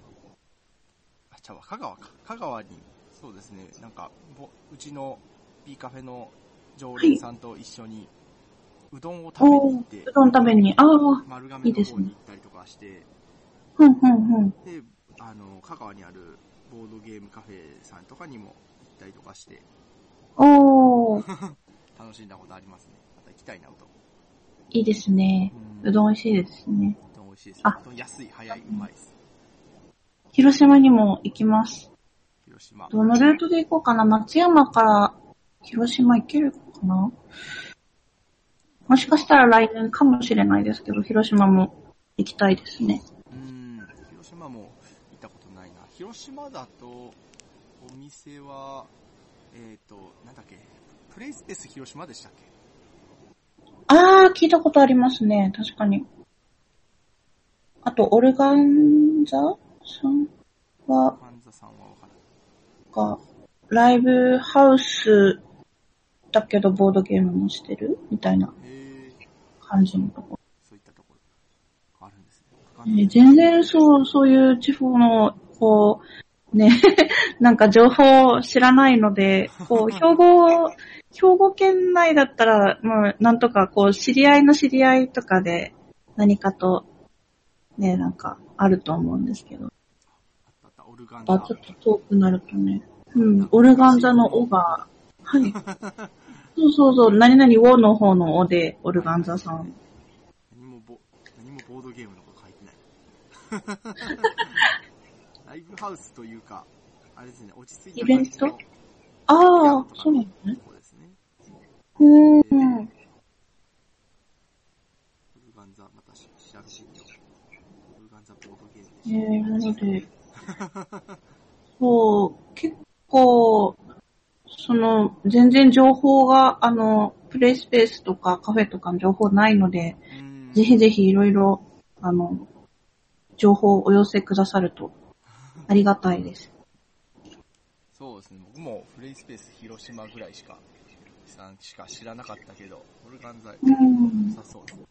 香川に、そうですね。なんか、うちの B カフェの常連さんと一緒に、うどんを食べに行って、 うどん食べに、 丸亀の方に行ったりとかして、で、香川にあるボードゲームカフェさんとかにも行ったりとかして、楽しんだことありますね。また行きたいなと。 いいですね。うどん美味しいですね。 うどん美味しいです。うどん安い、早い、うまいです。 広島にも行きます。 広島。 どのルートで行こうかな。松山から広島行けるかな。もしかしたら来年かもしれないですけど、広島も行きたいですね。 広島も行ったことないな。広島だと、お店は、なんだっけ、プレイスペース広島でしたっけ？ 聞いたことありますね。確かに。あと、オルガンザさんは、ライブハウスだけどボードゲームもしてるみたいな感じのところ。 そういったところ。 全然そういう地方の、こう、ね、なんか情報知らないので、こう、兵庫県内だったら、まあ、なんとか、こう、知り合いの知り合いとかで、何かと、ね、なんか、あると思うんですけど。 オルガンザ。 ちょっと遠くなるとね。オルガンザのオが、はい。そう、何々オの方のオで、オルガンザさん。 何もボードゲームのこと書いてない。ライブハウスというか、あれですね、落ち着いた感じの。 イベント？ああ、そうなんですね。 そうですね。 オルガンザ、また調べてみよう。オルガンザボードゲームでなので、そう、結構、全然情報が、プレイスペースとかカフェとかの情報ないので、ぜひぜひいろいろ、情報をお寄せくださると、ありがたいです。 そうですね、僕もプレイスペース広島ぐらいしか知らなかったけど、オルガンザ良さそうですね。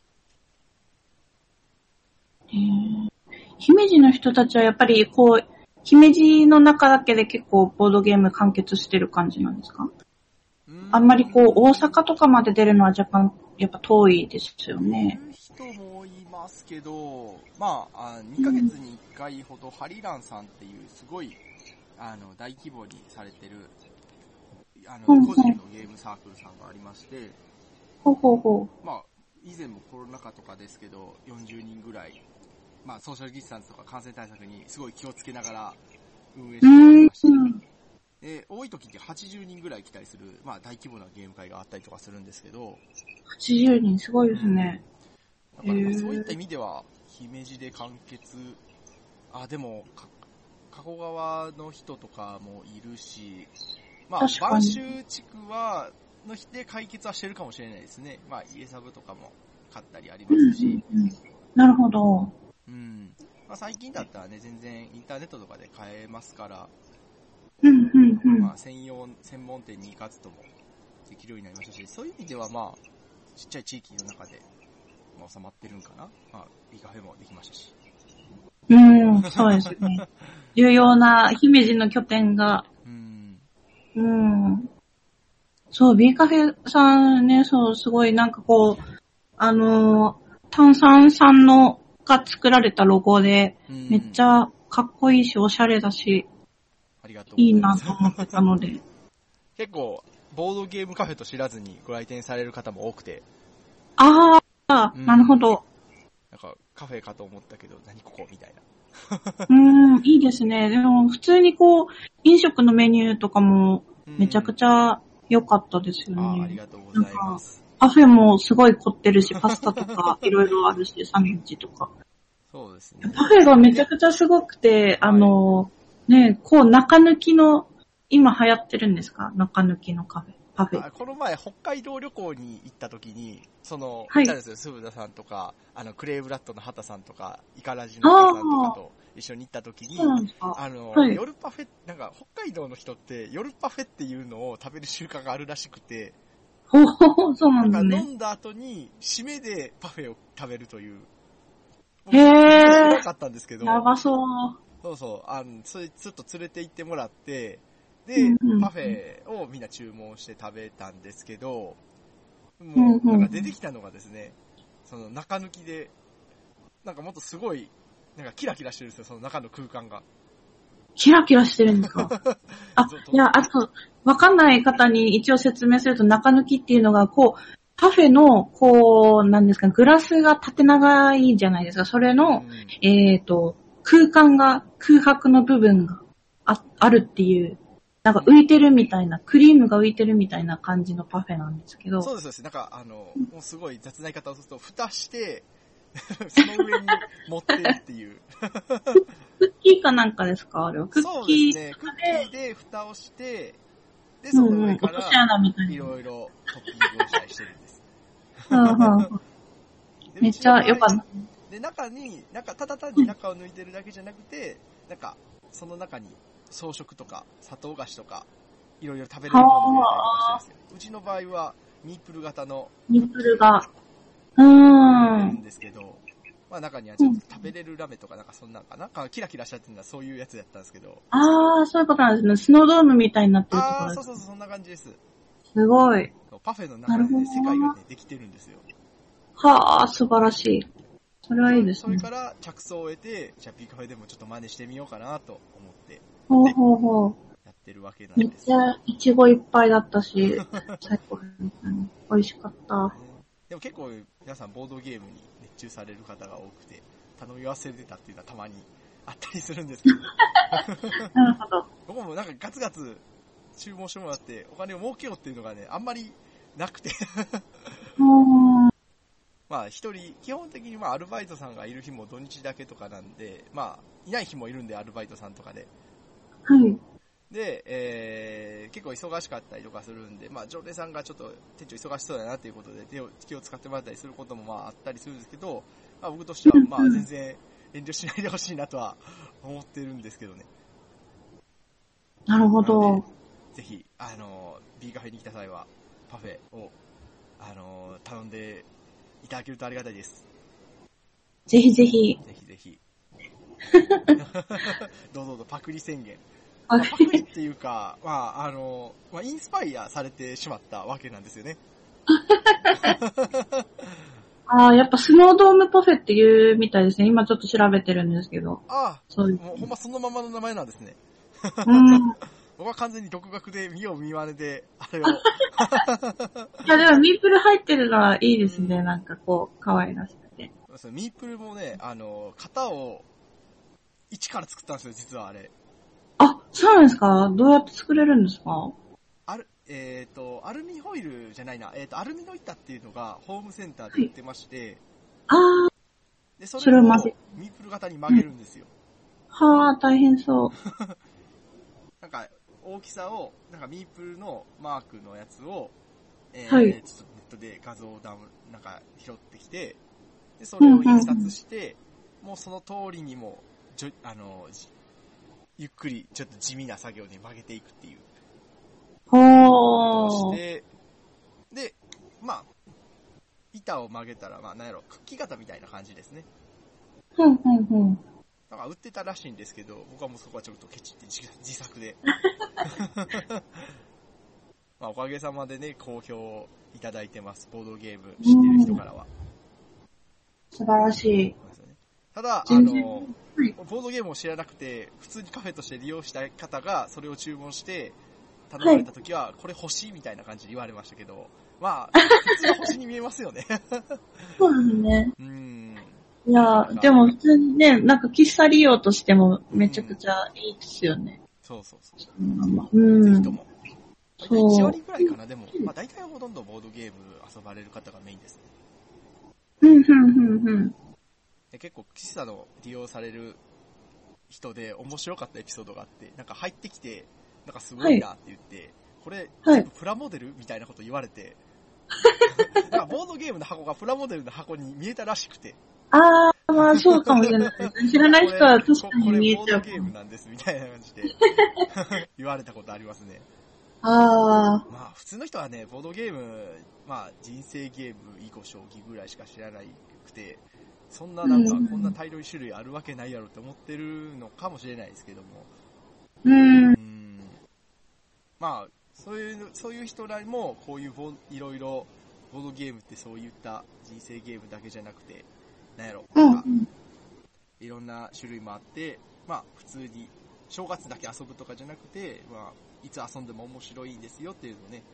姫路の人たちはやっぱり、こう、姫路の中だけで結構ボードゲーム完結してる感じなんですか？あんまりこう、大阪とかまで出るのは若干、やっぱ遠いですよね。 人もいますけど、まあ、2ヶ月に1回ほどハリランさんっていうすごい、大規模にされてる、個人のゲームサークルさんがありまして、まあ、以前もコロナ禍とかですけど、40人ぐらい、まあ、ソーシャルディスタンスとか感染対策にすごい気をつけながら運営しておりまして、多い時って80人ぐらい来たりする、まあ、大規模なゲーム会があったりとかするんですけど、 80人すごいですね。 だからそういった意味では、姫路で完結、でも、加古川の人とかもいるし、まあ、播州地区の人で解決はしてるかもしれないですね。まあ、家サブとかも買ったりありますし。 なるほど。 まあ、最近だったらね、全然インターネットとかで買えますから、まあ、専門店に行かずともできるようになりましたし、そういう意味ではまあ、ちっちゃい地域の中で、まあ、収まってるんかな。まあ、ビカフェもできましたし。 そうですね。重要な姫路の拠点が。そう、ビーカフェさんね、そう、すごいなんかこう、炭酸さんが作られたロゴで、めっちゃかっこいいし、おしゃれだし、いいなと思ってたので。 結構、ボードゲームカフェと知らずにご来店される方も多くて。 なるほど。 なんか、カフェかと思ったけど、何ここみたいな。 いいですね。でも、普通にこう、飲食のメニューとかも、めちゃくちゃ良かったですよね。 ありがとうございます。 パフェもすごい凝ってるし、パスタとかいろいろあるし、サンドイッチとか。 そうですね。 パフェがめちゃくちゃすごくて、ね、こう中抜きの、今流行ってるんですか？中抜きのパフェ。 この前、北海道旅行に行った時に、 はい。 ですよ、鈴田さんとか、クレイブラッドの畑さんとか、イカラジの畑さんとかと一緒に行った時に、夜パフェ、なんか北海道の人って夜パフェっていうのを食べる習慣があるらしくて、 そうなんですね。 なんか飲んだ後に、締めでパフェを食べるという。 知らなかったんですけど。 やばそう。 そう、それちょっと連れて行ってもらって、で、パフェをみんな注文して食べたんですけど、もう、なんか出てきたのがですね、中抜きで、なんかもっとすごい、なんかキラキラしてるんですよ、その中の空間が。 キラキラしてるんですか？いや、あと、わかんない方に一応説明すると、中抜きっていうのが、こう、パフェの、こう、なんですか、グラスが縦長いじゃないですか。それの、空白の部分があるっていう、なんか浮いてるみたいな、クリームが浮いてるみたいな感じのパフェなんですけど。 そうです。なんか、もうすごい雑な言い方をすると、蓋して、その上に持ってるっていう。 クッキーかなんかですか？あれは。クッキー。 そうですね。クッキーで蓋をして、で、その上からいろいろトッピングをしたりしてるんです。 めっちゃ良かった。 で、ただ単に中を抜いてるだけじゃなくて、なんか、その中に装飾とか砂糖菓子とか、いろいろ食べれるものを入れたりとかしてるんですよ。うちの場合は、ミープル型の。 ミープルが。 んですけど、 まあ中にはちょっと食べれるラメとかなんかそんなんかな、キラキラしちゃってるのはそういうやつやったんですけど。 ああ、そういうことなんですね。スノードームみたいになってるところです。 そう、そんな感じです。 すごい。 パフェの中で、ね、世界がね、できてるんですよ。 はあ、素晴らしい。それはいいですね。 それから着想を得て、じゃあ B カフェでもちょっと真似してみようかなと思って、 ほうほうほう。 やってるわけなんです。 めっちゃイチゴいっぱいだったし、最高ですね。美味しかった。 でも結構皆さんボードゲームに熱中される方が多くて、頼み忘れてたっていうのはたまにあったりするんですけど。 なるほど。 僕もなんかガツガツ注文してもらってお金を儲けようっていうのがね、あんまりなくて。まあ一人、基本的にまあアルバイトさんがいる日も土日だけとかなんで、まあいない日もいるんでアルバイトさんとかで。 はい。 で、結構忙しかったりとかするんで、まあ常連さんがちょっと店長忙しそうだなっていうことで気を使ってもらったりすることもまああったりするんですけど、まあ僕としてはまあ全然遠慮しないでほしいなとは思ってるんですけどね。 なるほど。 ぜひ、B カフェに来た際はパフェを、頼んでいただけるとありがたいです。 ぜひぜひ。 ぜひぜひ。どうぞパクリ宣言。 パクリっていうか、インスパイアされてしまったわけなんですよね。 やっぱスノードームパフェっていうみたいですね。今ちょっと調べてるんですけど。 そうです。もうほんまそのままの名前なんですね。僕は完全に独学で見よう見まねで、あれを。いや、でもミープル入ってるのはいいですね。なんかこう、可愛らしくて。 ミープルもね、型を一から作ったんですよ、実はあれ。 そうなんですか？どうやって作れるんですか？ アルミホイルじゃないな、アルミの板っていうのがホームセンターで売ってまして、で、それをミープル型に曲げるんですよ。 大変そう。 なんか、大きさを、なんかミープルのマークのやつを、ちょっとネットで画像をなんか拾ってきて、で、それを印刷して、もうその通りにも、ゆっくり、ちょっと地味な作業で曲げていくっていう。して、で、まあ、板を曲げたら、まあ、なんやろ、クッキー型みたいな感じですね。なんか売ってたらしいんですけど、僕はもうそこはちょっとケチって自作で。まあ、おかげさまでね、好評いただいてます。ボードゲーム知ってる人からは。 素晴らしい。 ただ、ボードゲームを知らなくて、普通にカフェとして利用した方がそれを注文して、頼まれた時は、これ欲しいみたいな感じで言われましたけど、まあ、普通は星に見えますよね。 そうですね。いや、でも普通にね、なんか喫茶利用としてもめちゃくちゃいいですよね。 そうそうそう。 ぜひとも。1割くらいかな、でも、まあ大体ほとんどボードゲーム遊ばれる方がメインですね。結構喫茶の利用される人で面白かったエピソードがあって、なんか入ってきて、なんかすごいなって言って、これ、プラモデルみたいなこと言われて、なんかボードゲームの箱がプラモデルの箱に見えたらしくて。 まあそうかもしれない。知らない人は確かに見えちゃう。 これボードゲームなんですみたいな感じで言われたことありますね。まあ普通の人はね、ボードゲーム、まあ人生ゲーム、囲碁将棋ぐらいしか知らなくて、そんななんかこんな大量に種類あるわけないやろって思ってるのかもしれないですけども。まあ、そういう人らも、こういういろいろ、ボードゲームってそういった人生ゲームだけじゃなくて、なんやろ、いろんな種類もあって、まあ、普通に、正月だけ遊ぶとかじゃなくて、まあ、いつ遊んでも面白いんですよっていうのをね、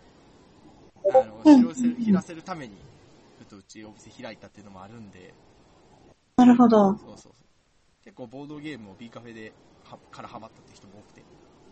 知らせるために、ちょっとうちお店開いたっていうのもあるんで。 なるほど。 そう。結構ボードゲームを B カフェでからハマったって人も多くて。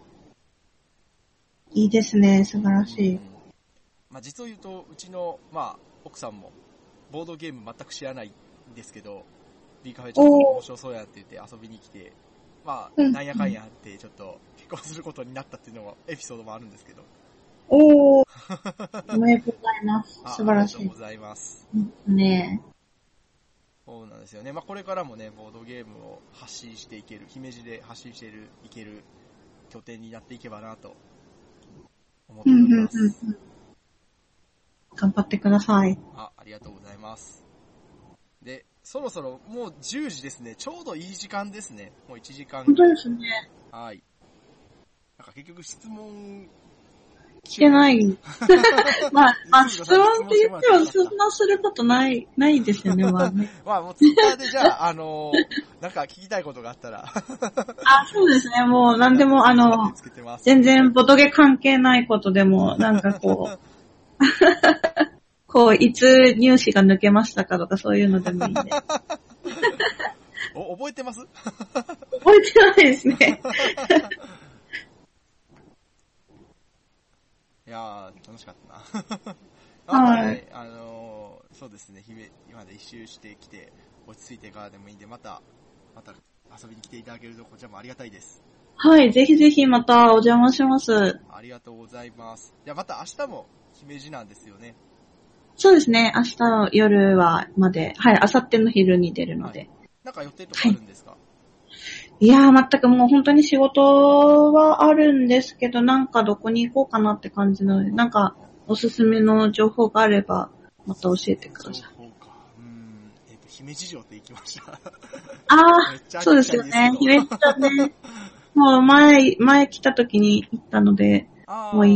いいですね、素晴らしい。 まあ、実を言うと、うちの、まあ、奥さんも、ボードゲーム全く知らないんですけど、B カフェちょっと面白そうやって言って遊びに来て、まあ、なんやかんやあって、ちょっと結婚することになったっていうのも、エピソードもあるんですけど。 おめでとうございます。素晴らしい。 ありがとうございます。 ねえ。 そうなんですよね。まあ、これからもね、ボードゲームを発信していける、姫路で発信していける拠点になっていけばなと思っております。 頑張ってください。 ありがとうございます。で、 そろそろもう10時ですね。ちょうどいい時間ですね。もう1時間。 本当ですね。 はい。なんか結局質問聞けない。まあ、質問って言ってもそんなすることないですよね、まあね。 まあもうツイッターでじゃあ、なんか聞きたいことがあったら。 あ、そうですね、もう何でも全然ボトゲ関係ないことでも、なんかこう、いつ入試が抜けましたかとかそういうのでもいいんで。 覚えてます？ 覚えてないですね。 いやー、楽しかったな。またね、そうですね、今で一周してきて、落ち着いてからでもいいんで、また遊びに来ていただけると、こちらもありがたいです。 はい、ぜひぜひまたお邪魔します。 ありがとうございます。じゃあまた明日も姫路なんですよね。 そうですね、明日の夜まで、はい、明後日の昼に出るので。はい、 なんか予定とかあるんですか？ いやー、全くもう本当に仕事はあるんですけど、なんかどこに行こうかなって感じなので、なんかおすすめの情報があれば、また教えてください。 情報か。姫路城って行きました。 あー、そうですよね。姫路城ね。もう前来た時に行ったので、もういい。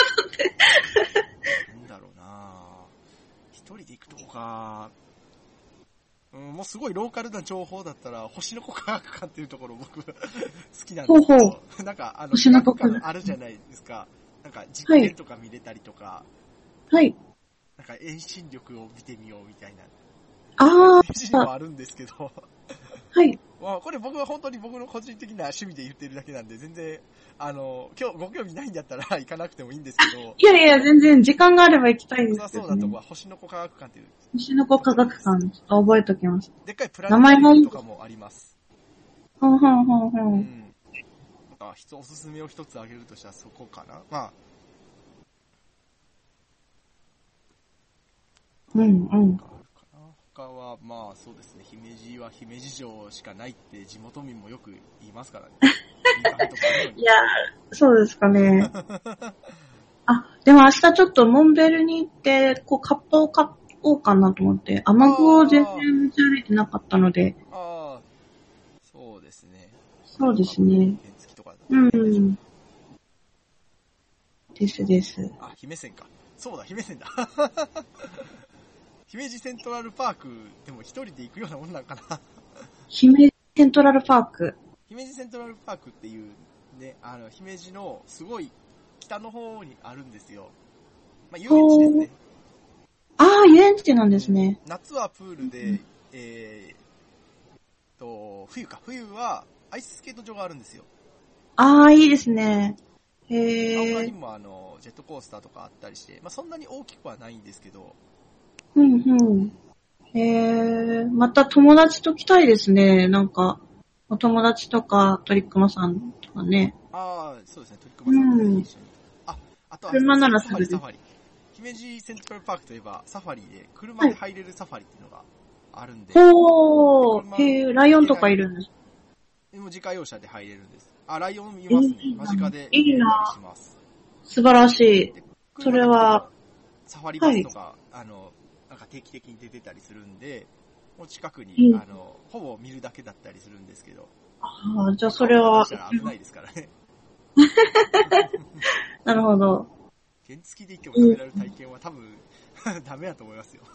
なんだろうな一人で行くとこか。もうすごいローカルな情報だったら、星の子科学館っていうところ僕好きなんですけど、なんか星の子科学館あるじゃないですか。なんか実験とか見れたりとか、 はい。 なんか遠心力を見てみようみたいな。記事もあるんですけど。 はい。 まあ、これ僕は本当に僕の個人的な趣味で言ってるだけなんで、全然、今日ご興味ないんだったら行かなくてもいいんですけど。 いやいや、全然時間があれば行きたいです、ね。 そうだとこは星の子科学館っていう。 星の子科学館、ちょっと覚えときます。 でっかいプラネタリウムとかもあります。 ほん。 なんか、おすすめを一つ挙げるとしたらそこかな。まあ。他は、まあそうですね、姫路は姫路城しかないって地元民もよく言いますからね。 いや、そうですかね。あ、でも明日ちょっとモンベルに行って、カッパを買おうかなと思って、雨具を全然持ち歩いてなかったので。 ああ、そうですね。 そうですね。です。 あ、姫線か。そうだ、姫線だ。姫路セントラルパークでも一人で行くようなもんなんかな。 姫路セントラルパーク。 姫路セントラルパークっていうね、姫路のすごい北の方にあるんですよ。まあ、遊園地ですね。 ああ、遊園地なんですね。 夏はプールで、冬はアイススケート場があるんですよ。 ああ、いいですね。他にもジェットコースターとかあったりして、まあ、そんなに大きくはないんですけど。 また友達と来たいですね。なんか、お友達とか、トリックマさんとかね。 ああ、そうですね、トリックマさんと一緒に。あとは、 車ならサファリ。姫路セントラルパークといえば、サファリで、車で入れるサファリっていうのがあるんで。 ライオンとかいるんですか？ 自家用車で入れるんです。ライオンいますね。間近でいいな。素晴らしい。それは、 サファリバスとか、なんか定期的に出てたりするんで、もう近くに、ほぼ見るだけだったりするんですけど。 ああ、じゃあそれは。 危ないですからね。 なるほど。 原付で行っても食べられる体験は多分、ダメだと思いますよ。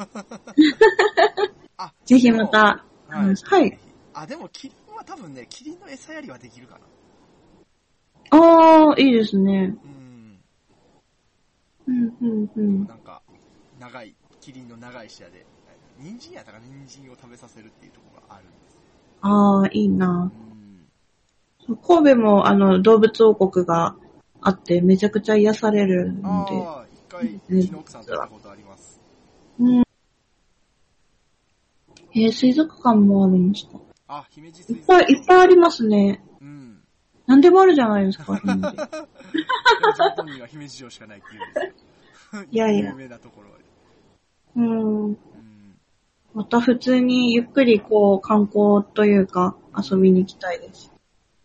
ぜひまた。はい。 でもキリンは多分ね、キリンの餌やりはできるかな。 ああ、いいですね。 なんか、キリンの長い視野で、人参を食べさせるっていうところがあるんです。 ああ、いいな。神戸も動物王国があってめちゃくちゃ癒されるので。 一回、うちの奥さんと行ったことあります。 水族館もあるんですか？ 姫路水族館。 いっぱいありますね。何でもあるじゃないですか、 でも地元には姫路城しかないっていうんですよ。 いや。 有名なところは。また普通にゆっくり観光というか遊びに行きたいです。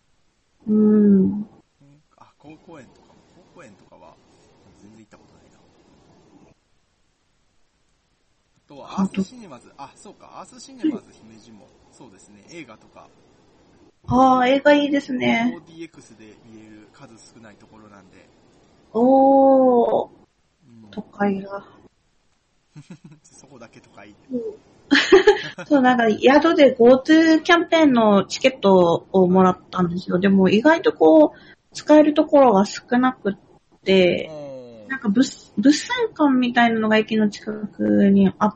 高校園とかは全然行ったことないな。あとは、アースシネマズ、そうか、アースシネマズ姫路も、そうですね、映画とか。 映画いいですね。 4DX で見れる数少ないところなんで。 都会だ。 そこだけ都会。 そう、なんか宿で GoTo キャンペーンのチケットをもらったんですよ。でも意外と使えるところが少なくって、なんか物産館みたいなのが駅の近くにあって、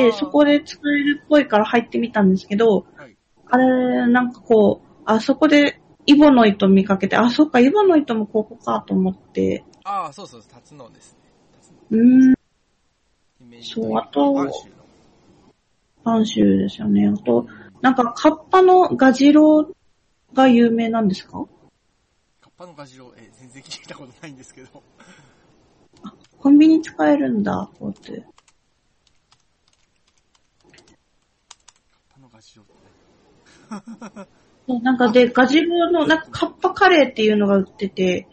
そこで使えるっぽいから入ってみたんですけど、あれ、なんかそこでイボの糸見かけて、そっか、イボの糸もここかと思って。 そうそう、辰野ですね。そう、あと、播州ですよね。あと、なんか、カッパのガジロが有名なんですか？ カッパのガジロ、全然聞いたことないんですけど。 コンビニ使えるんだ、こうやって。 カッパのガジロってそう、なんかで、ガジロの、なんかカッパカレーっていうのが売ってて、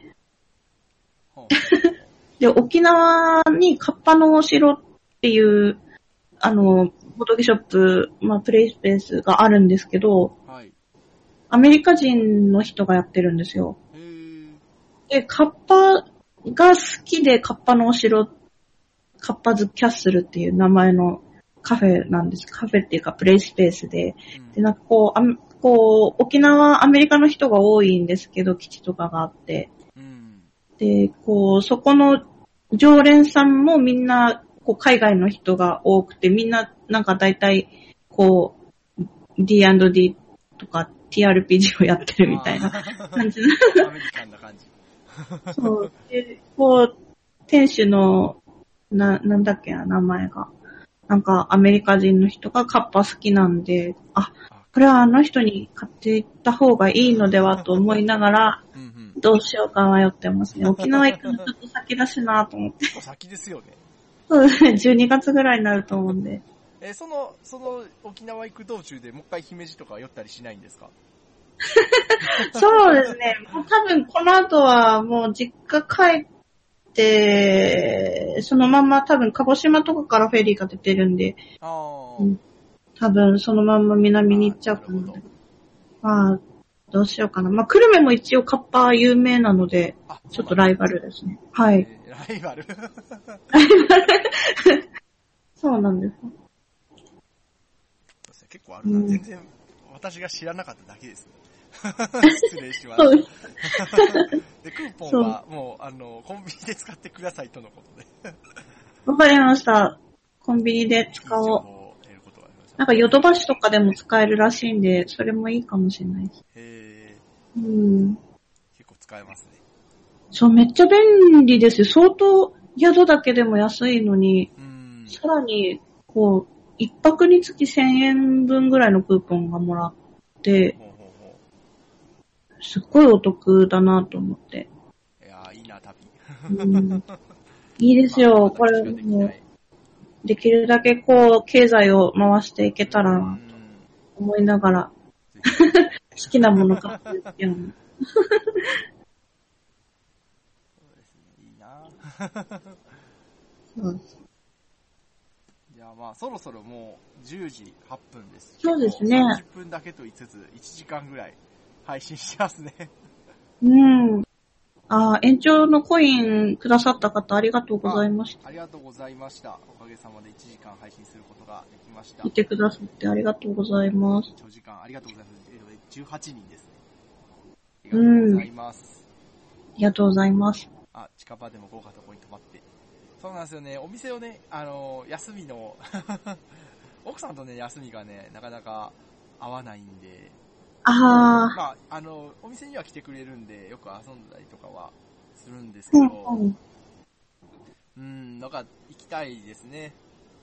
で、沖縄にカッパのお城っていう、ボードゲショップ、プレイスペースがあるんですけど、アメリカ人の人がやってるんですよ。で、カッパが好きでカッパのお城、カッパズキャッスルっていう名前のカフェなんです。カフェっていうかプレイスペースで。で、なんか沖縄、アメリカの人が多いんですけど、基地とかがあって。で、そこの常連さんもみんな、海外の人が多くて、みんな、なんか大体、D&D とか TRPG をやってるみたいな感じの。 アメリカンな感じ。 そう。で、店主の、なんだっけな、名前が。なんか、アメリカ人の人がカッパ好きなんで、これはあの人に買っていった方がいいのではと思いながら、どうしようか迷ってますね。沖縄行くのちょっと先だしなと思って。 先ですよね。 そうですね、12月ぐらいになると思うんで。 その沖縄行く道中でもう一回姫路とか寄ったりしないんですか？ そうですね。もう多分この後はもう実家帰って、そのまま多分鹿児島とかからフェリーが出てるんで、多分そのまんま南に行っちゃうかな。どうしようかな。久留米も一応カッパ有名なので、ちょっとライバルですね。はい。 ライバルそうなんです。 結構あるな。全然私が知らなかっただけですね。失礼しました。で、クーポンはもう、コンビニで使ってくださいとのことで。 わかりました。コンビニで使おう。なんかヨドバシとかでも使えるらしいんで、それもいいかもしれないです。 結構使えますね。 そう、めっちゃ便利ですよ。相当宿だけでも安いのに、さらに、一泊につき1000円分ぐらいのクーポンがもらって、すっごいお得だなと思って。 いやー、いいな、旅。 いいですよ、これも。できるだけ経済を回していけたらなと思いながら、好きなもの買ってるっていうの。 そうですね、いいな。 そうです。 じゃあそろそろもう10時8分です。 そうですね。 30分だけと言いつつ、1時間ぐらい配信してますね。 延長のコインくださった方ありがとうございました。 ありがとうございました。おかげさまで1時間配信することができました。 見てくださってありがとうございます。 長時間ありがとうございます。18人ですね。ありがとうございます。 ありがとうございます。 近場でも豪華なとこに泊まって。そうなんですよね。お店をね、休みの、奥さんとね、休みがね、なかなか合わないんで、お店には来てくれるんで、よく遊んだりとかはするんですけど、なんか行きたいですね。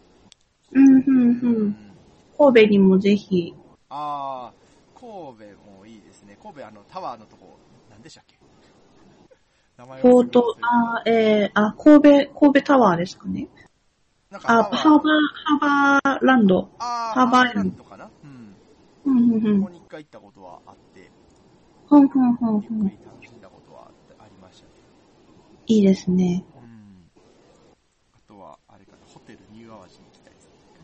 神戸にもぜひ。 神戸もいいですね。神戸タワーのとこ、何でしたっけ？名前を神戸タワーですかね。ハーバーランド。 ハーバーランドかな？ここに一回行ったことはあって、ゆっくり楽しんだことはありましたね。 いいですね。 あとは、あれかな、ホテルニューアワジに行きたいです。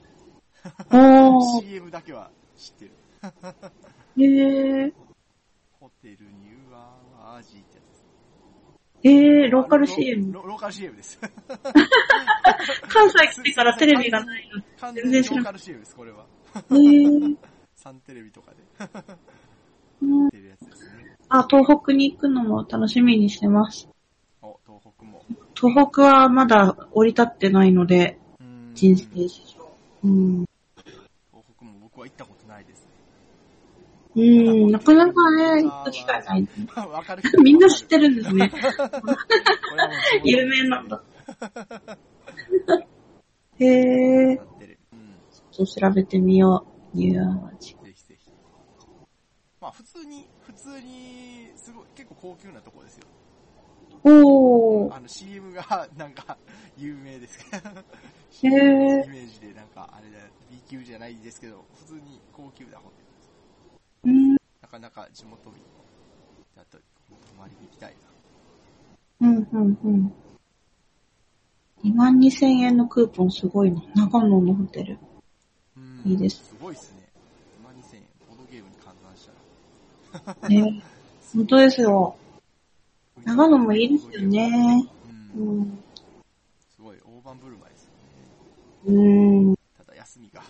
おー。 CM だけは知ってる。 へー。 ホテルニューアワジってやつ。 ローカル CM。 ローカル CM です。 関西来てからテレビがないの。 完全にローカル CM です、これは。サンテレビとかで。出るやつですね。 東北に行くのも楽しみにしてます。 東北も。 東北はまだ降り立ってないので、人生史上。東北も僕は行ったことないですね。なかなかね、行く機会ない。みんな知ってるんですね。有名なんだ。へー。ちょっと調べてみよう。ニューアワジ。 ぜひぜひ。まあ普通に、すごい、結構高級なとこですよ。 おー。 CM がなんか有名ですけど。 へー。 イメージでなんかあれだ、B 級じゃないですけど、普通に高級なホテルです。なかなか地元民だと泊まりに行きたいな。 22,000円のクーポンすごいな。長野のホテル。いいです。 すごいっすね。22,000円。ボードゲームに換算したら。 本当ですよ。長野もいいですよね。 すごい、大盤振る舞いですよね。ただ休みが。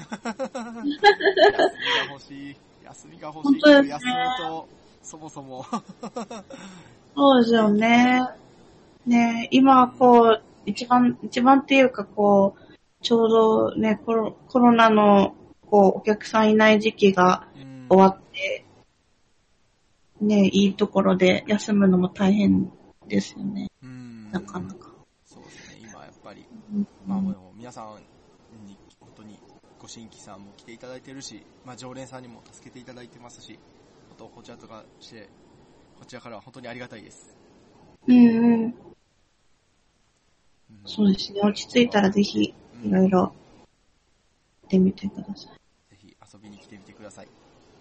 休みが欲しい。休みと、そもそも。 そうですよね。ね、今、こう、一番っていうか、こう、ちょうどね、コロナの、こう、お客さんいない時期が終わって、ね、いいところで休むのも大変ですよね。なかなか。 そうですね、今やっぱり、まあもう皆さんに、本当に、ご新規さんも来ていただいてるし、まあ常連さんにも助けていただいてますし、あと、こちらとかして、こちらからは本当にありがたいです。 そうですね。落ち着いたらぜひ、いろいろ、行ってみてください。 ぜひ遊びに来てみてください。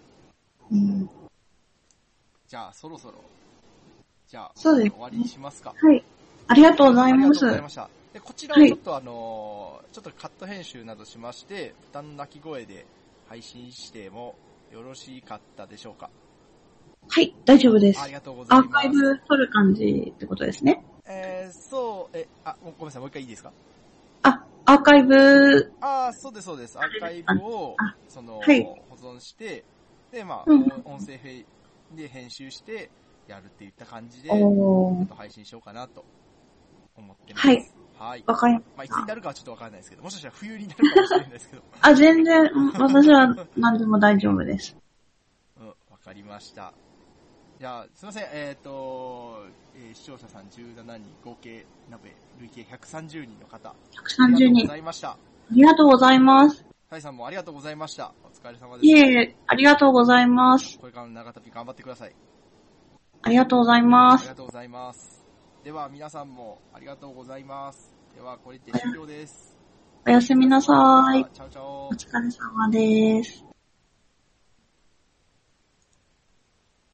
じゃあ、そろそろ、終わりにしますか。 はい。ありがとうございます。ありがとうございました。で、こちらはちょっとちょっとカット編集などしまして、歌の鳴き声で配信してもよろしかったでしょうか。 はい、大丈夫です。 ありがとうございます。 アーカイブ撮る感じってことですね。 ごめんなさい、もう一回いいですか？ アーカイブ。 そうです、そうです。アーカイブを、保存して、で、まあ、音声で編集して、やるっていった感じで、ちょっと配信しようかなと思ってます。はい。 わかりました。 まあ、いつになるかはちょっとわからないですけど、もしかしたら冬になるかもしれないですけど。 全然、私は何でも大丈夫です。 わかりました。じゃあ、すいません、視聴者さん17人、合計、累計130人の方。 130人。ありがとうございました。 ありがとうございます。 タイさんもありがとうございました。お疲れ様です。 ありがとうございます。 これからの長旅頑張ってください。 ありがとうございます。 ありがとうございます。では、皆さんもありがとうございます。では、これで終了です。 おやすみなさい。 チャオチャオ。 お疲れ様です。